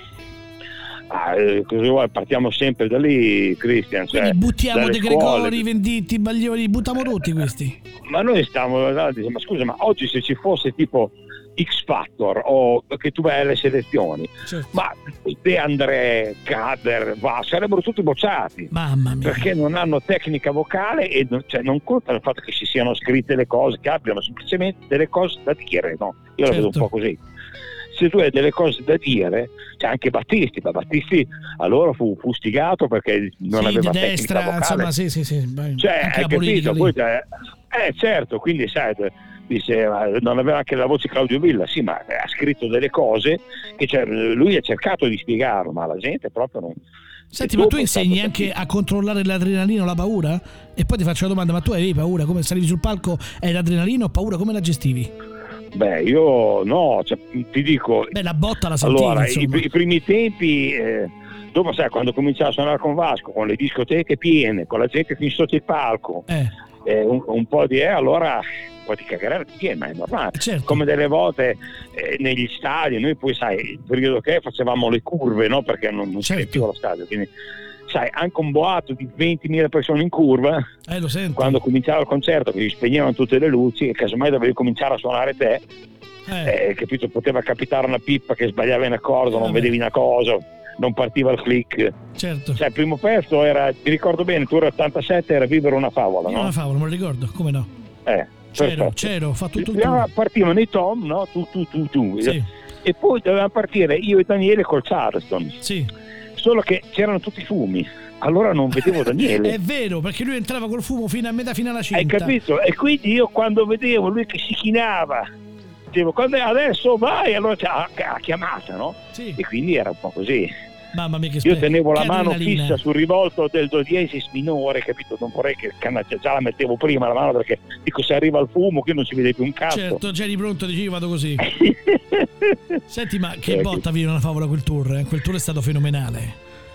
Ah, eh, cosa vuoi? Partiamo sempre da lì, Christian. Quindi cioè, buttiamo dalle De scuole. Gregori, Venditti, Baglioni, buttiamo tutti questi. Ma noi stiamo, no, dice, ma scusa, ma oggi se ci fosse tipo X Factor o che tu vai alle selezioni, Certo. ma De André, Kader, va, sarebbero tutti bocciati. Mamma mia. Perché non hanno tecnica vocale e non, cioè, non conta il fatto che si siano scritte le cose, che abbiano semplicemente delle cose da dire, no? Io la vedo un Certo. po' così. Se tu hai delle cose da dire, c'è anche Battisti, ma Battisti allora fu fustigato perché non sì, aveva di tecnica destra, vocale. insomma, sì, sì, sì. Cioè, anche hai la politica capito? lì. Poi, cioè, eh certo, quindi sai, dice, ma non aveva anche la voce Claudio Villa, sì, ma ha scritto delle cose che cioè, lui ha cercato di spiegarlo, ma la gente proprio non. Senti, E ma dopo tu è stato insegni anche capito. a controllare l'adrenalina o la paura? E poi ti faccio la domanda, ma tu avevi paura? Come salivi sul palco, hai l'adrenalina o paura? Come la gestivi? Beh, io no, cioè, ti dico. Beh, la botta la sentivi, Allora, i, insomma. i primi tempi, eh, dopo sai, quando cominciavo a suonare con Vasco, con le discoteche piene, con la gente fin sotto il palco, Eh, eh, un, un po' di eh, allora un po' di cagare ti viene, ma è normale. certo. Come delle volte eh, negli stadi, noi poi sai, il periodo che facevamo le curve, no? Perché non, non Certo. c'era più lo stadio, quindi sai, anche un boato di ventimila persone in curva, Eh, lo sento. quando cominciava il concerto, che si spegnevano tutte le luci e casomai dovevi cominciare a suonare te, Eh, eh, capito, poteva capitare una pippa che sbagliava un accordo, non Vabbè. vedevi una cosa, non partiva il click. certo. Cioè, il primo pezzo era, ti ricordo bene, tu eri ottantasette, era Vivere una favola, Io no? una favola, me lo ricordo, come no? Eh, C'ero, perfetto. c'ero, ho fatto tutto il Prima tour. partivano i Tom, no? Tu, tu, tu, tu. Sì, E poi dovevamo partire io e Daniele col Charleston, sì. solo che c'erano tutti fumi, allora non vedevo Daniele. È vero, perché lui entrava col fumo fino a metà, fino alla cinta. Hai capito? E quindi io quando vedevo lui che si chinava, dicevo, quando è adesso vai, allora c'ha ha chiamata, no? Sì. E quindi era un po' così. Mamma mia che Io spe- tenevo la che mano adrenalina. fissa sul rivolto del do diesis minore, capito? Non vorrei che cannaggia, già la mettevo prima la mano perché dico se arriva il fumo che non si vede più un cazzo. Certo, già eri pronto, dicevi vado così. Senti, ma che Eh, botta vivere una favola quel tour? Eh? Quel tour è stato fenomenale.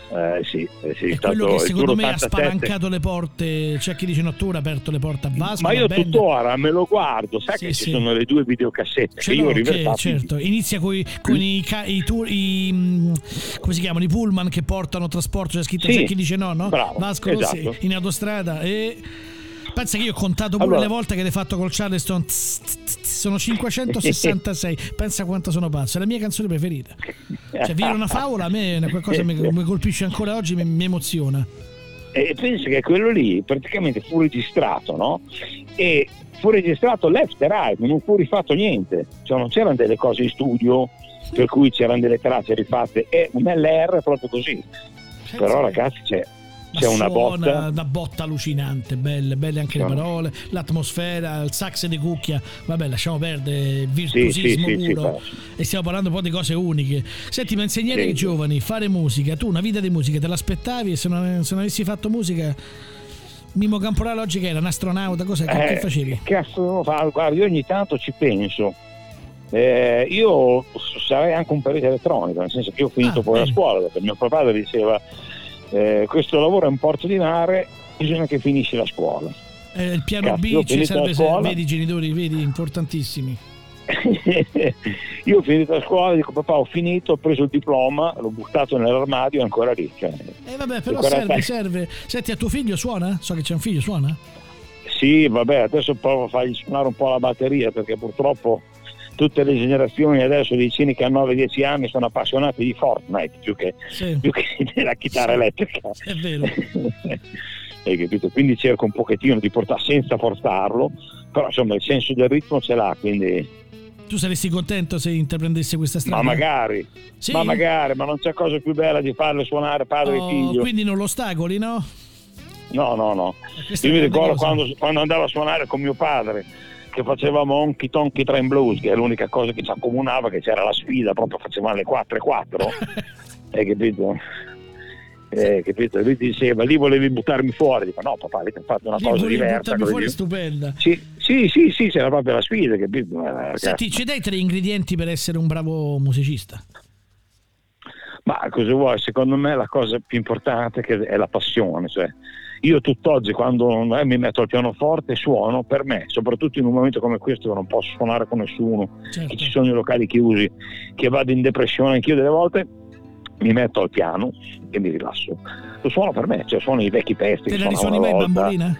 Eh sì, eh sì, è stato, quello che secondo me ottantasette. ha spalancato le porte. C'è chi dice no, tu hai aperto le porte a Vasco. Ma io band. tuttora me lo guardo, sai Sì, che sì. ci sono le due videocassette Ce che io l'ho, ho che, riversato. certo. Inizia coi, con i, ca- i, tour, i mm, come si chiamano, i pullman che portano trasporto, c'è scritto Sì, c'è chi dice no, no? bravo, Vasco esatto. Rossi in autostrada. E pensa che io ho contato pure Allora- le volte che l'hai fatto col Charleston. Tss, tss, tss, sono cinquecentosessantasei. Pensa quanto sono pazzo, è la mia canzone preferita. Cioè, vivere una favola a me è qualcosa che mi, mi colpisce ancora oggi, mi, mi emoziona. E penso che quello lì praticamente fu registrato, no? E fu registrato left e right, non fu rifatto niente, cioè non c'erano delle cose in studio per cui c'erano delle tracce rifatte, è un L R proprio così. Però ragazzi c'è, c'è una suona botta. una botta allucinante, belle, belle anche le Suona. parole, l'atmosfera, il sax di cucchia, vabbè lasciamo perdere il Sì, virtuosismo sì, sì, puro sì, e stiamo parlando un po' di cose uniche. Senti, ma insegnare Sì. ai giovani, fare musica, tu una vita di musica te l'aspettavi e se non, se non avessi fatto musica, Mimmo Camporale oggi che era un astronauta, cosa che, che Eh, facevi? Che cazzo devo fare? Guarda, io ogni tanto ci penso. Eh, io sarei anche un perito elettronico, nel senso che io ho finito Ah, poi la bene. scuola, perché mio papà diceva eh, questo lavoro è un porto di mare, bisogna che finisci la scuola. Eh, il piano Cazzo, io ho B ci finito serve, la se, scuola. vedi i genitori, vedi, importantissimi. Io ho finito la scuola, dico papà ho finito, ho preso il diploma, l'ho buttato nell'armadio, è ancora lì. Cioè, E vabbè, però quaranta serve, anni. serve. Senti, a tuo figlio suona? So che c'è un figlio, suona? Sì, vabbè, adesso provo a fargli suonare un po' la batteria, perché purtroppo tutte le generazioni adesso di vicini che hanno nove dieci anni sono appassionati di Fortnite più che, Sì, più che della chitarra elettrica. è vero. Hai capito? Quindi cerco un pochettino di portare senza forzarlo, però insomma il senso del ritmo ce l'ha, quindi Tu saresti contento se intraprendesse questa strada? ma magari, Sì? ma magari, ma non c'è cosa più bella di farle suonare padre Oh, e figlio. quindi non lo ostacoli, no? No, no, no. Questa Io è mi una grande ricordo cosa. quando, quando andavo a suonare con mio padre, che facevamo Honky Tonky Train Blues, che è l'unica cosa che ci accomunava, che c'era la sfida, proprio facevamo le quattro e quattro, hai capito? Eh, capito? Lui ti diceva, lì volevi buttarmi fuori, dico no papà, avete fatto una Lì cosa volevi diversa. buttarmi così. fuori, stupenda. Sì, sì, sì, sì, c'era proprio la sfida, capito? Eh, Senti, ci dai tre ingredienti per essere un bravo musicista? Ma cosa vuoi? Secondo me la cosa più importante che è la passione, cioè io tutt'oggi quando eh, mi metto al pianoforte suono per me, soprattutto in un momento come questo che non posso suonare con nessuno, Certo. che ci sono i locali chiusi, che vado in depressione anch'io delle volte, mi metto al piano e mi rilasso. Lo suono per me, cioè suono i vecchi pezzi. Te che la risuoni suonavo mai una volta. bambolina?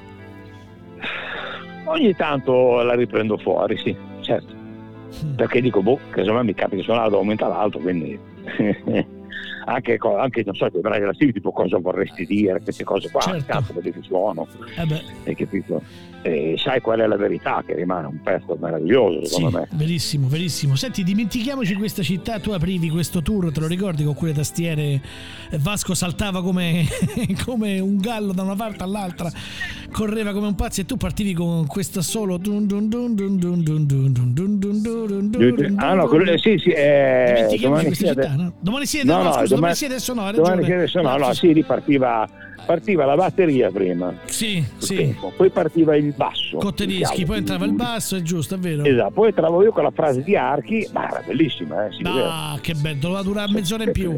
Ogni tanto la riprendo fuori, sì, certo. Mm. Perché dico, boh, che se me mi capita di suonare da aumenta l'alto, quindi anche, co- anche non so, i brani della Stevie, tipo cosa vorresti dire, queste cose qua, Certo. cazzo, perché suono, Eh beh, hai capito? E sai qual è la verità, che rimane un pezzo meraviglioso, sì, secondo me. verissimo, verissimo. Senti, dimentichiamoci questa città, tu aprivi questo tour, te lo ricordi, con quelle tastiere, Vasco saltava come, come un gallo da una parte all'altra, correva come un pazzo e tu partivi con questo solo dun dun dun dun dun dun dun dun dun dun dun dun. Ah no, quello, sì, sì, eh, Dimentichiamoci domani questa sera- città, no? Domani sera, No, no, no, scusa, domani, domani- sera adesso no, hai domani ragione. sera adesso no, no, sì, ripartiva, partiva la batteria prima, Sì, sul sì, tempo, poi partiva il basso. Cotterischi, poi entrava il basso, è giusto, è vero. Esatto, poi entravo io con la frase di Archi, ma era bellissima, eh, sì, è vero. Ah, che bello, doveva durare mezz'ora in più.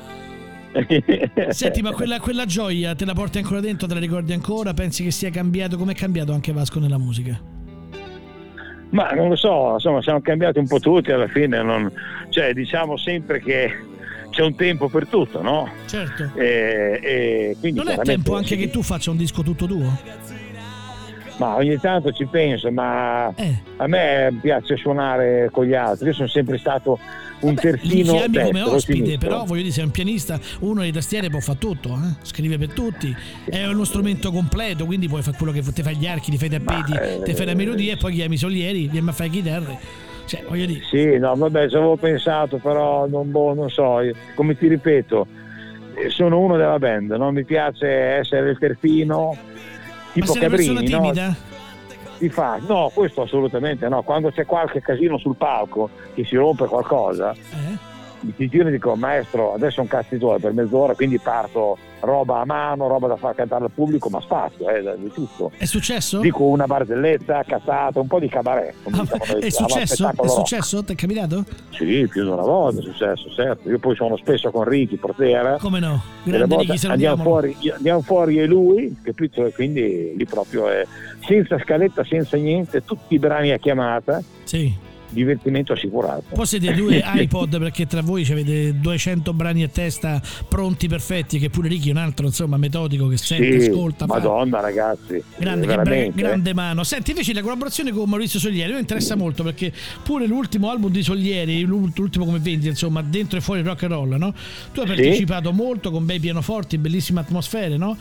Senti, ma quella, quella gioia te la porti ancora dentro, te la ricordi ancora? Pensi che sia cambiato? Com'è cambiato anche Vasco nella musica? Ma non lo so, insomma siamo cambiati un po' tutti alla fine, non, cioè diciamo sempre che c'è un tempo per tutto, no? Certo. E, e quindi Non è chiaramente- tempo anche che tu faccia un disco tutto tuo? Ma ogni tanto ci penso, ma Eh. a me piace suonare con gli altri, io sono sempre stato un Vabbè, li terzino chiami come destro, ospite, sinistro. però voglio dire, sei un pianista, uno dei tastiere può fare tutto, eh? Scrive per tutti, è uno strumento completo, quindi puoi fare quello che ti fai gli archi, ti fai i tappeti, Ma, eh, ti fai la melodia e poi chiami i solieri, vieni a fare le chitarre. Cioè, voglio dire, Sì, no, vabbè, ci avevo pensato, però non, boh, non so, io, come ti ripeto, eh, sono uno della band, non mi piace essere il terzino, ma tipo sei una persona Cabrini, no? timida? Ti fa, no, questo assolutamente no, quando c'è qualche casino sul palco che si rompe qualcosa, Eh? ti giro e dico maestro adesso un cazzo tuoi per mezz'ora, quindi parto roba a mano, roba da far cantare al pubblico, ma spazio, eh, di tutto. È successo? Dico una barzelletta, cazzata, un po' di cabaret. Ah, diciamo è successo? È successo? Ti è capitato? Sì, più di una volta è successo, certo. Io poi sono spesso con Ricky Portera. Come no? Grande Ricky, andiamo fuori, andiamo fuori e lui, capito? E quindi lì proprio è senza scaletta, senza niente, tutti i brani a chiamata. Sì. Divertimento assicurato. Poi siete due iPod perché tra voi avete duecento brani a testa pronti, perfetti, che pure Ricky è un altro insomma metodico che sente, sì, ascolta. Madonna fa. Ragazzi, grande, che bra- grande mano. Senti, invece la collaborazione con Maurizio Solieri mi interessa molto perché pure l'ultimo album di Solieri, l'ultimo come vendi insomma dentro e fuori rock and roll, no? Tu hai partecipato sì. molto con bei pianoforti, bellissime atmosfere, no?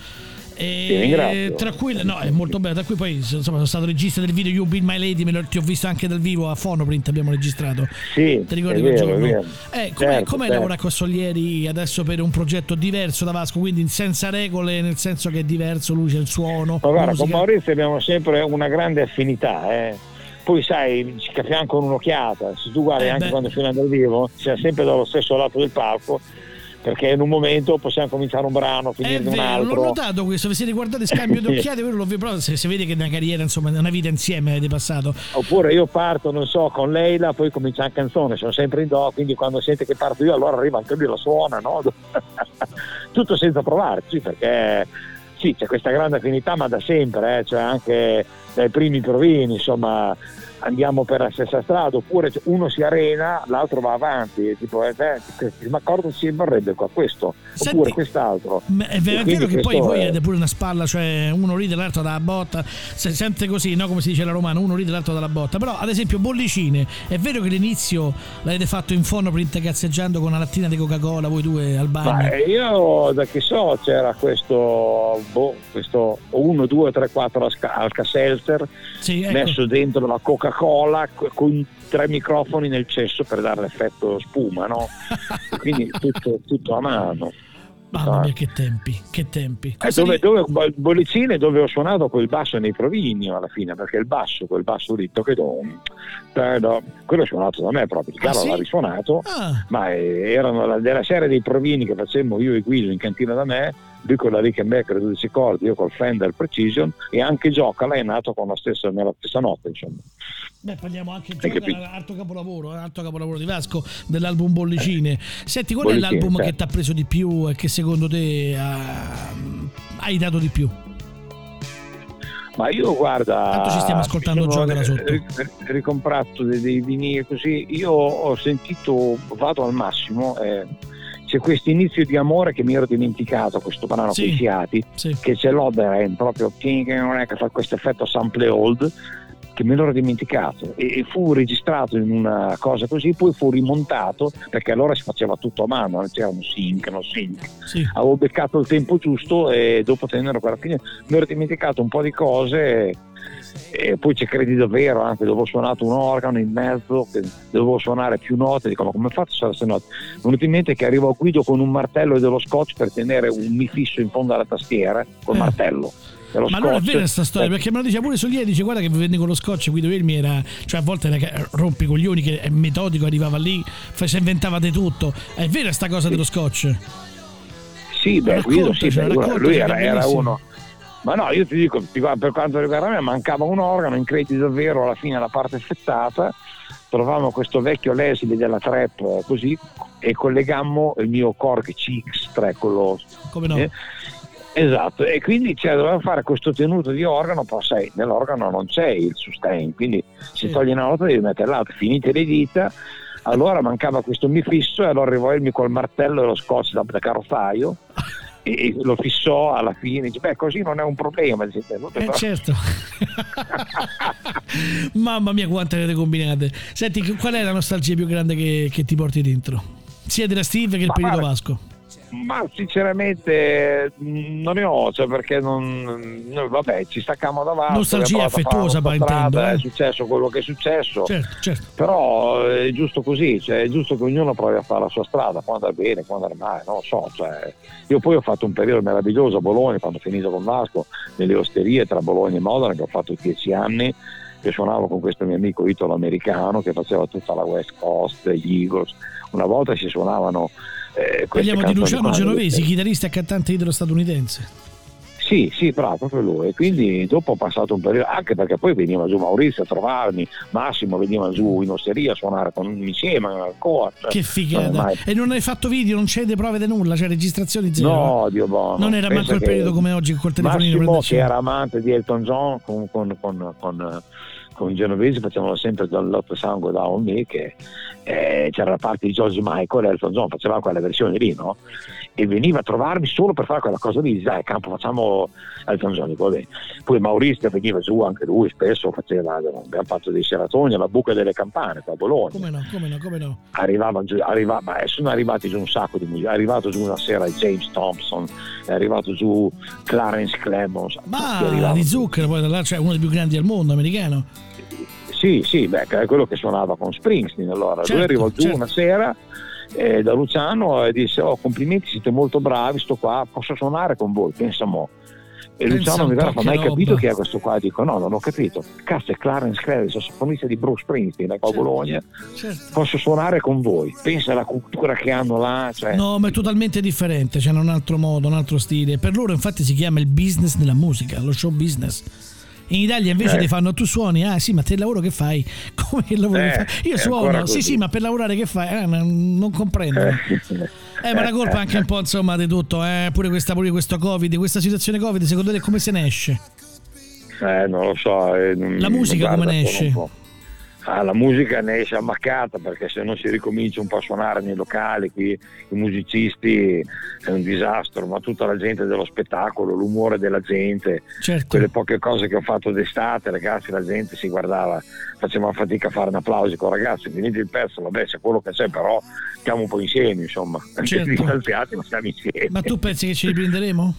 E tra cui no è molto bello, tra cui poi insomma sono stato regista del video You Be My Lady, me lo, ti ho visto anche dal vivo a Phonoprint, abbiamo registrato, sì, ti ricordi quel giorno? Eh, com'è, certo, com'è certo. lavorare con Solieri adesso per un progetto diverso da Vasco, quindi senza regole, nel senso che è diverso, lui c'è il suono, ma guarda, musica. Con Maurizio abbiamo sempre una grande affinità, eh. Poi sai, ci capiamo con un'occhiata, se tu guardi eh anche beh. quando suoniamo dal vivo siamo sempre dallo stesso lato del palco, perché in un momento possiamo cominciare un brano, finire un altro. L'ho notato questo, se siete guardate scambio di occhiate, lo però se, se vede che una carriera, insomma, una vita insieme avete passato. Oppure io parto, non so, con Leila, poi comincia una canzone, sono sempre in do, quindi quando sente che parto io, allora arriva anche lui, la suona, no? Tutto senza provarci, perché sì, c'è questa grande affinità, ma da sempre, eh, cioè anche dai primi provini, insomma, andiamo per la stessa strada, oppure uno si arena, l'altro va avanti, tipo eh, ma accordo si vorrebbe qua questo, Senti, oppure quest'altro. È vero, è vero che poi voi avete pure una spalla, cioè uno ride l'altro dalla botta, se sente così, no, come si dice la romana, uno ride l'altro dalla botta. Però ad esempio Bollicine, è vero che l'inizio l'avete fatto in Phonoprint cazzeggiando con una lattina di Coca-Cola voi due al bagno? Ma io da che so c'era questo boh, questo uno, due, tre, quattro Alka-Seltzer, sì, ecco, messo dentro la Coca Cola con tre microfoni nel cesso per dare l'effetto spuma, no? Quindi tutto, tutto a mano. Mamma mia, che tempi, che tempi. Eh, dove, dove, Bollicine, dove ho suonato quel basso nei provini alla fine, perché il basso, quel basso ritto che do, quello è suonato da me proprio, il Carlo ah, sì? l'ha risuonato, ah. ma erano della serie dei provini che facemmo io e Guido in cantina da me, lui con la Rickenbacker dodici cordi, io col Fender Precision, e anche Giocala è nato con la stessa, nella stessa notte, insomma. Beh, parliamo anche di alto capolavoro, alto capolavoro di Vasco, dell'album Bollicine. Senti, qual Bollicine, è l'album certo. che ti ha preso di più e che secondo te uh, hai dato di più? Ma io guarda, tanto ci stiamo ascoltando Giocala sotto, ricomprato dei, dei vinili così, io ho sentito, vado al massimo, eh, c'è questo inizio di amore che mi ero dimenticato, questo brano sì, con i fiati, sì. che c'è l'Oderheim proprio che fa questo effetto sample old, che me l'ero dimenticato, e fu registrato in una cosa così, poi fu rimontato, perché allora si faceva tutto a mano, non c'era un sync, non sync. Sì. Avevo beccato il tempo giusto e dopo tenerlo per la fine mi ero dimenticato un po' di cose, e poi c'è credito vero, anche dovevo suonato un organo in mezzo, che dovevo suonare più note, dico ma come faccio a suonare queste note? Mi è venuto in mente che arrivo a Guido con un martello e dello scotch per tenere un mi fisso in fondo alla tastiera col eh. martello. Ma scotch. non è vera questa storia, perché me lo diceva pure Solieri, dice guarda che vi vendi con lo scotch, Guido Vermi era, cioè a volte era rompi coglioni, che è metodico, arrivava lì, si inventava di tutto. È vera sta cosa sì. dello scotch? Sì, beh, Guido sì, cioè, lui era, era uno. Ma no, io ti dico, per quanto riguarda me, mancava un organo, in credito vero alla fine la parte effettata, trovavamo questo vecchio Leslie della Trap così, e collegammo il mio Korg C X tre, quello. Come no? Eh, Esatto, e quindi cioè, doveva fare questo tenuto di organo, però sai, nell'organo non c'è il sustain, quindi sì. si toglie una nota e devi mettere l'altra, finite le dita, allora mancava questo mi fisso, e allora arrivò il mio col martello e lo scotch da, da carrozzaio e lo fissò alla fine, dice, beh così non è un problema, dice, eh, però... certo. Mamma mia quante avete combinate. Senti, qual è la nostalgia più grande che, che ti porti dentro, sia della Steve che il periodo guarda, Vasco? Ma sinceramente non ne ho, cioè perché non, noi, vabbè, ci staccamo davanti, nostalgia affettuosa, ma intendo, eh? È successo quello che è successo, certo, certo. Però è giusto così, cioè è giusto che ognuno provi a fare la sua strada, può andare bene, può andare male, non lo so, cioè io poi ho fatto un periodo meraviglioso a Bologna quando ho finito con Vasco, nelle osterie tra Bologna e Modena, che ho fatto dieci anni, che suonavo con questo mio amico italo-americano che faceva tutta la West Coast, gli Eagles. Una volta si suonavano eh, parliamo di Luciano Genovesi, chitarrista e cantante italo-statunitense. Sì, sì, bravo, proprio lui. E quindi dopo ho passato un periodo, anche perché poi veniva giù Maurizio a trovarmi, Massimo veniva giù in osteria a suonare con insieme ancora. Cioè, che figata! Non mai... E non hai fatto video, non c'è delle prove di nulla, cioè registrazioni zero? No, Dio buono. Non era manco il periodo come oggi col telefonino. Massimo, che era amante di Elton John, con, con, con, con, con i genovesi facevano sempre dall'otto sangue da on me, che eh, c'era la parte di George Michael e Elton John, faceva quella versione lì, no? E veniva a trovarmi solo per fare quella cosa lì, dai campo facciamo Elton John, vabbè. Poi Maurizio veniva giù anche lui, spesso faceva, abbiamo fatto dei seratoni alla Buca delle Campane qua a Bologna. Come no, come no, come no. Arrivava giù, arrivava, sono arrivati giù un sacco di musica, è arrivato giù una sera James Thompson, è arrivato giù Clarence Clemons. Ma di zucchero, poi dall'altro, cioè uno dei più grandi al mondo americano. Sì, sì, beh, è quello che suonava con Springsteen, allora certo, lui arrivò giù certo. una sera eh, da Luciano e disse: oh, complimenti, siete molto bravi, sto qua, posso suonare con voi, pensa mo'. E pensa Luciano mi guarda, ma hai capito roba. chi è questo qua? Dico no, non ho capito. Cazzo, è Clarence Clemons, sassofonista di Bruce Springsteen, qua a certo, Bologna, certo. posso suonare con voi, pensa alla cultura che hanno là, cioè... No, ma è totalmente differente, c'è un altro modo, un altro stile. Per loro infatti si chiama il business della musica, lo show business. In Italia invece eh. ti fanno: tu suoni, ah sì, ma te il lavoro che fai? Come che lavoro eh, che fai? Io suono, sì sì, ma per lavorare che fai? Eh, non comprendo. Eh, eh ma la colpa è anche un po' insomma di tutto, eh, pure questa pure questo Covid, questa situazione Covid, secondo te come se ne esce? Eh, non lo so. Eh, la musica guarda, come ne esce? Ah, la musica ne esce ammaccata, perché se non si ricomincia un po' a suonare nei locali, qui i musicisti è un disastro, ma tutta la gente dello spettacolo, l'umore della gente, certo. quelle poche cose che ho fatto d'estate, ragazzi, la gente si guardava, faceva fatica a fare un applauso, ragazzi, finite il pezzo, vabbè, c'è quello che c'è, però stiamo un po' insieme, insomma, certo. distanziati, ma stiamo insieme. Ma tu pensi che ci riprenderemo?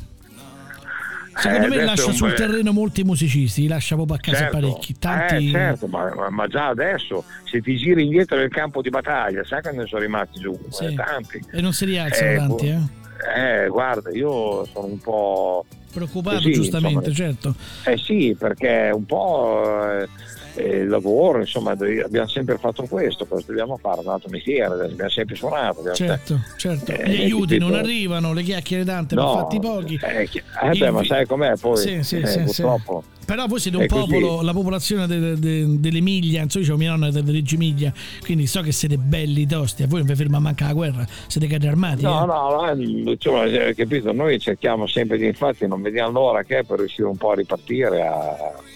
Secondo eh, me lascia sul bel... terreno molti musicisti, li lascia proprio a casa certo, parecchi. Tanti... Eh, certo, ma, ma, ma già adesso, se ti giri indietro nel campo di battaglia, sai che ne sono rimasti giù? Sì. Eh, tanti. E non si rialzano eh, tanti, eh? Eh, guarda, io sono un po' preoccupato, così, giustamente, insomma. certo. Eh sì, perché un po' eh, eh, il lavoro, insomma, abbiamo sempre fatto questo, cosa dobbiamo fare? Un altro mestiere, abbiamo sempre suonato. Abbiamo certo, certo. Eh, Gli aiuti capito? non arrivano, le chiacchiere tante, no, ma fatti pochi. Eh, eh beh, ma sai com'è poi? Sì, sì, eh, sì, purtroppo. Sì. Però voi siete un è popolo, così. La popolazione de, de, dell'Emilia, insomma, dicevo, mia nonna è di Reggio Emilia, quindi so che siete belli tosti, a voi non vi ferma manca la guerra, siete carri armati. No, eh? no, no, insomma, capito, noi cerchiamo sempre di, infatti non vediamo l'ora che è per riuscire un po' a ripartire a,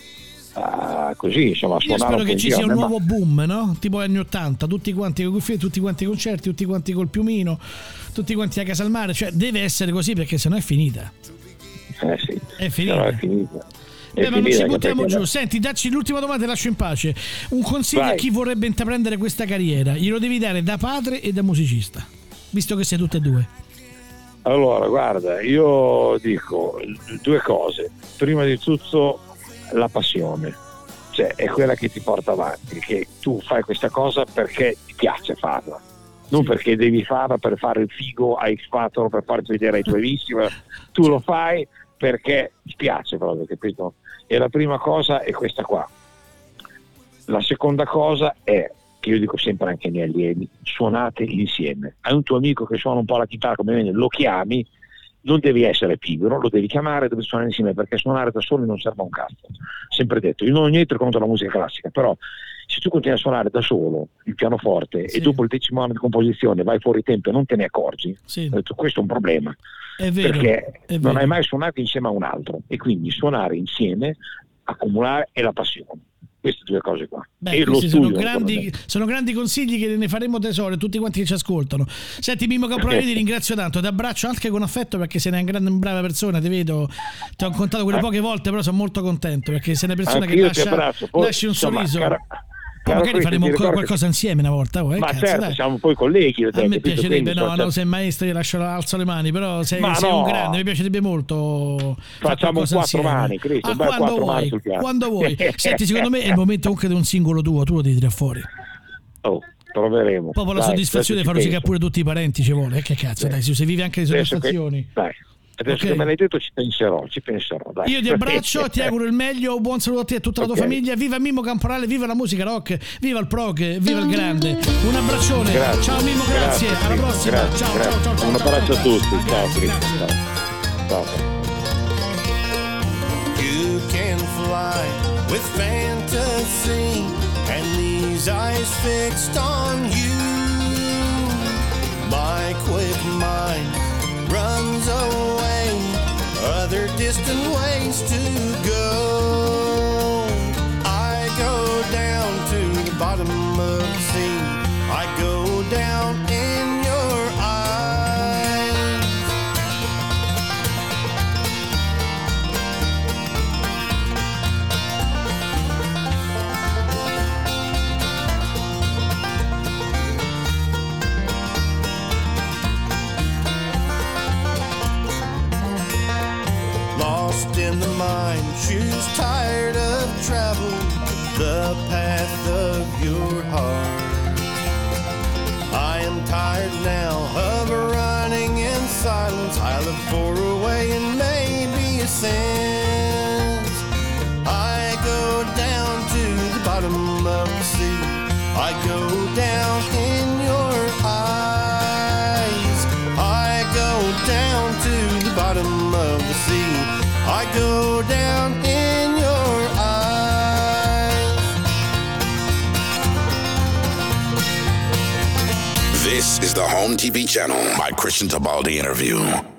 a così, insomma, a Io suonare spero un che ci sia un ma... nuovo boom, no? Tipo anni ottanta, tutti quanti con cuffie, tutti quanti i concerti, tutti quanti col piumino, tutti quanti a casa al mare, cioè deve essere così perché sennò è finita. Eh sì, è finita. No, è finita. Beh, ma non ci buttiamo giù. Senti, dacci l'ultima domanda e lascio in pace. Un consiglio Vai. a chi vorrebbe intraprendere questa carriera, glielo devi dare da padre e da musicista, visto che sei tutte e due. Allora, guarda, io dico due cose. Prima di tutto la passione, cioè è quella che ti porta avanti, che tu fai questa cosa perché ti piace farla, non sì. perché devi farla per fare il figo a X quattro, per farti vedere ai tuoi vizi. Tu lo fai perché ti piace proprio, capito? E la prima cosa è questa qua. La seconda cosa è, che io dico sempre anche ai miei allievi, suonate insieme. Hai un tuo amico che suona un po' la chitarra come me, lo chiami, non devi essere pigro, lo devi chiamare, devi suonare insieme, perché suonare da soli non serve a un cazzo. Sempre detto, io non ho niente contro la musica classica, però se tu continui a suonare da solo il pianoforte sì. e dopo il decimo anno di composizione vai fuori tempo e non te ne accorgi, sì. ho detto, questo è un problema. È vero, perché è non vero. hai mai suonato insieme a un altro, e quindi suonare insieme, accumulare e la passione. Queste due cose qua. Beh, e questi lo sono, studio, grandi, sono grandi consigli che ne faremo tesoro tutti quanti che ci ascoltano. Senti Mimmo Caproni, ti ringrazio tanto, ti abbraccio anche con affetto perché sei una grande brava persona, ti vedo, ti ho incontrato quelle poche volte, però sono molto contento perché sei una persona Anch'io che lascia, Poi, lasci un insomma, sorriso. Cara... Poi magari faremo ricordi... qualcosa insieme una volta. Oh, eh, ma cazzo, certo, dai. siamo poi colleghi. A me capito? piacerebbe, Quindi, no, cioè... no, sei maestro, io lascio, alzo le mani, però sei, ma sei no. un grande, mi piacerebbe molto. Facciamo un quattro insieme. mani, Cristo, ah, beh, quando quattro vuoi, mani sul piano. Quando vuoi. Senti, secondo me è il momento comunque di un singolo tuo, tu lo devi tirare fuori. Oh, proveremo. Proprio la dai, soddisfazione di far rosicare pure tutti i parenti ci vuole, eh, che cazzo, sì. dai, se vive anche le soddisfazioni. Che... Dai. Adesso Okay. che me l'hai detto ci penserò, ci penserò. Dai. Io ti abbraccio, ti auguro il meglio, buon saluto a te e a tutta la tua Ok. famiglia. Viva Mimmo Camporale, viva la musica rock, viva il prog, viva il grande. Un abbraccione. Grazie. Ciao Mimmo, grazie. Grazie, Alla prossima. grazie, ciao, grazie. ciao, ciao, ciao. Un ciao, abbraccio ciao, a tutti. ciao. Ciao, Grazie, Chris. grazie. Ciao. Ciao. You can fly with fantasy and these eyes fixed on you. My quick mind runs away, other distant ways to go. I go down to the bottom of the sea. I go down in your eyes. Lost in the mind, shoes tired of travel, the path of your heart. I am tired now of running in silence. I look for a way and maybe a sense. I go down to the bottom of the sea. I go down in your eyes. I go down to the bottom of the sea. I go down in your eyes. This is the Home T V channel, my Christian Tabaldi interview.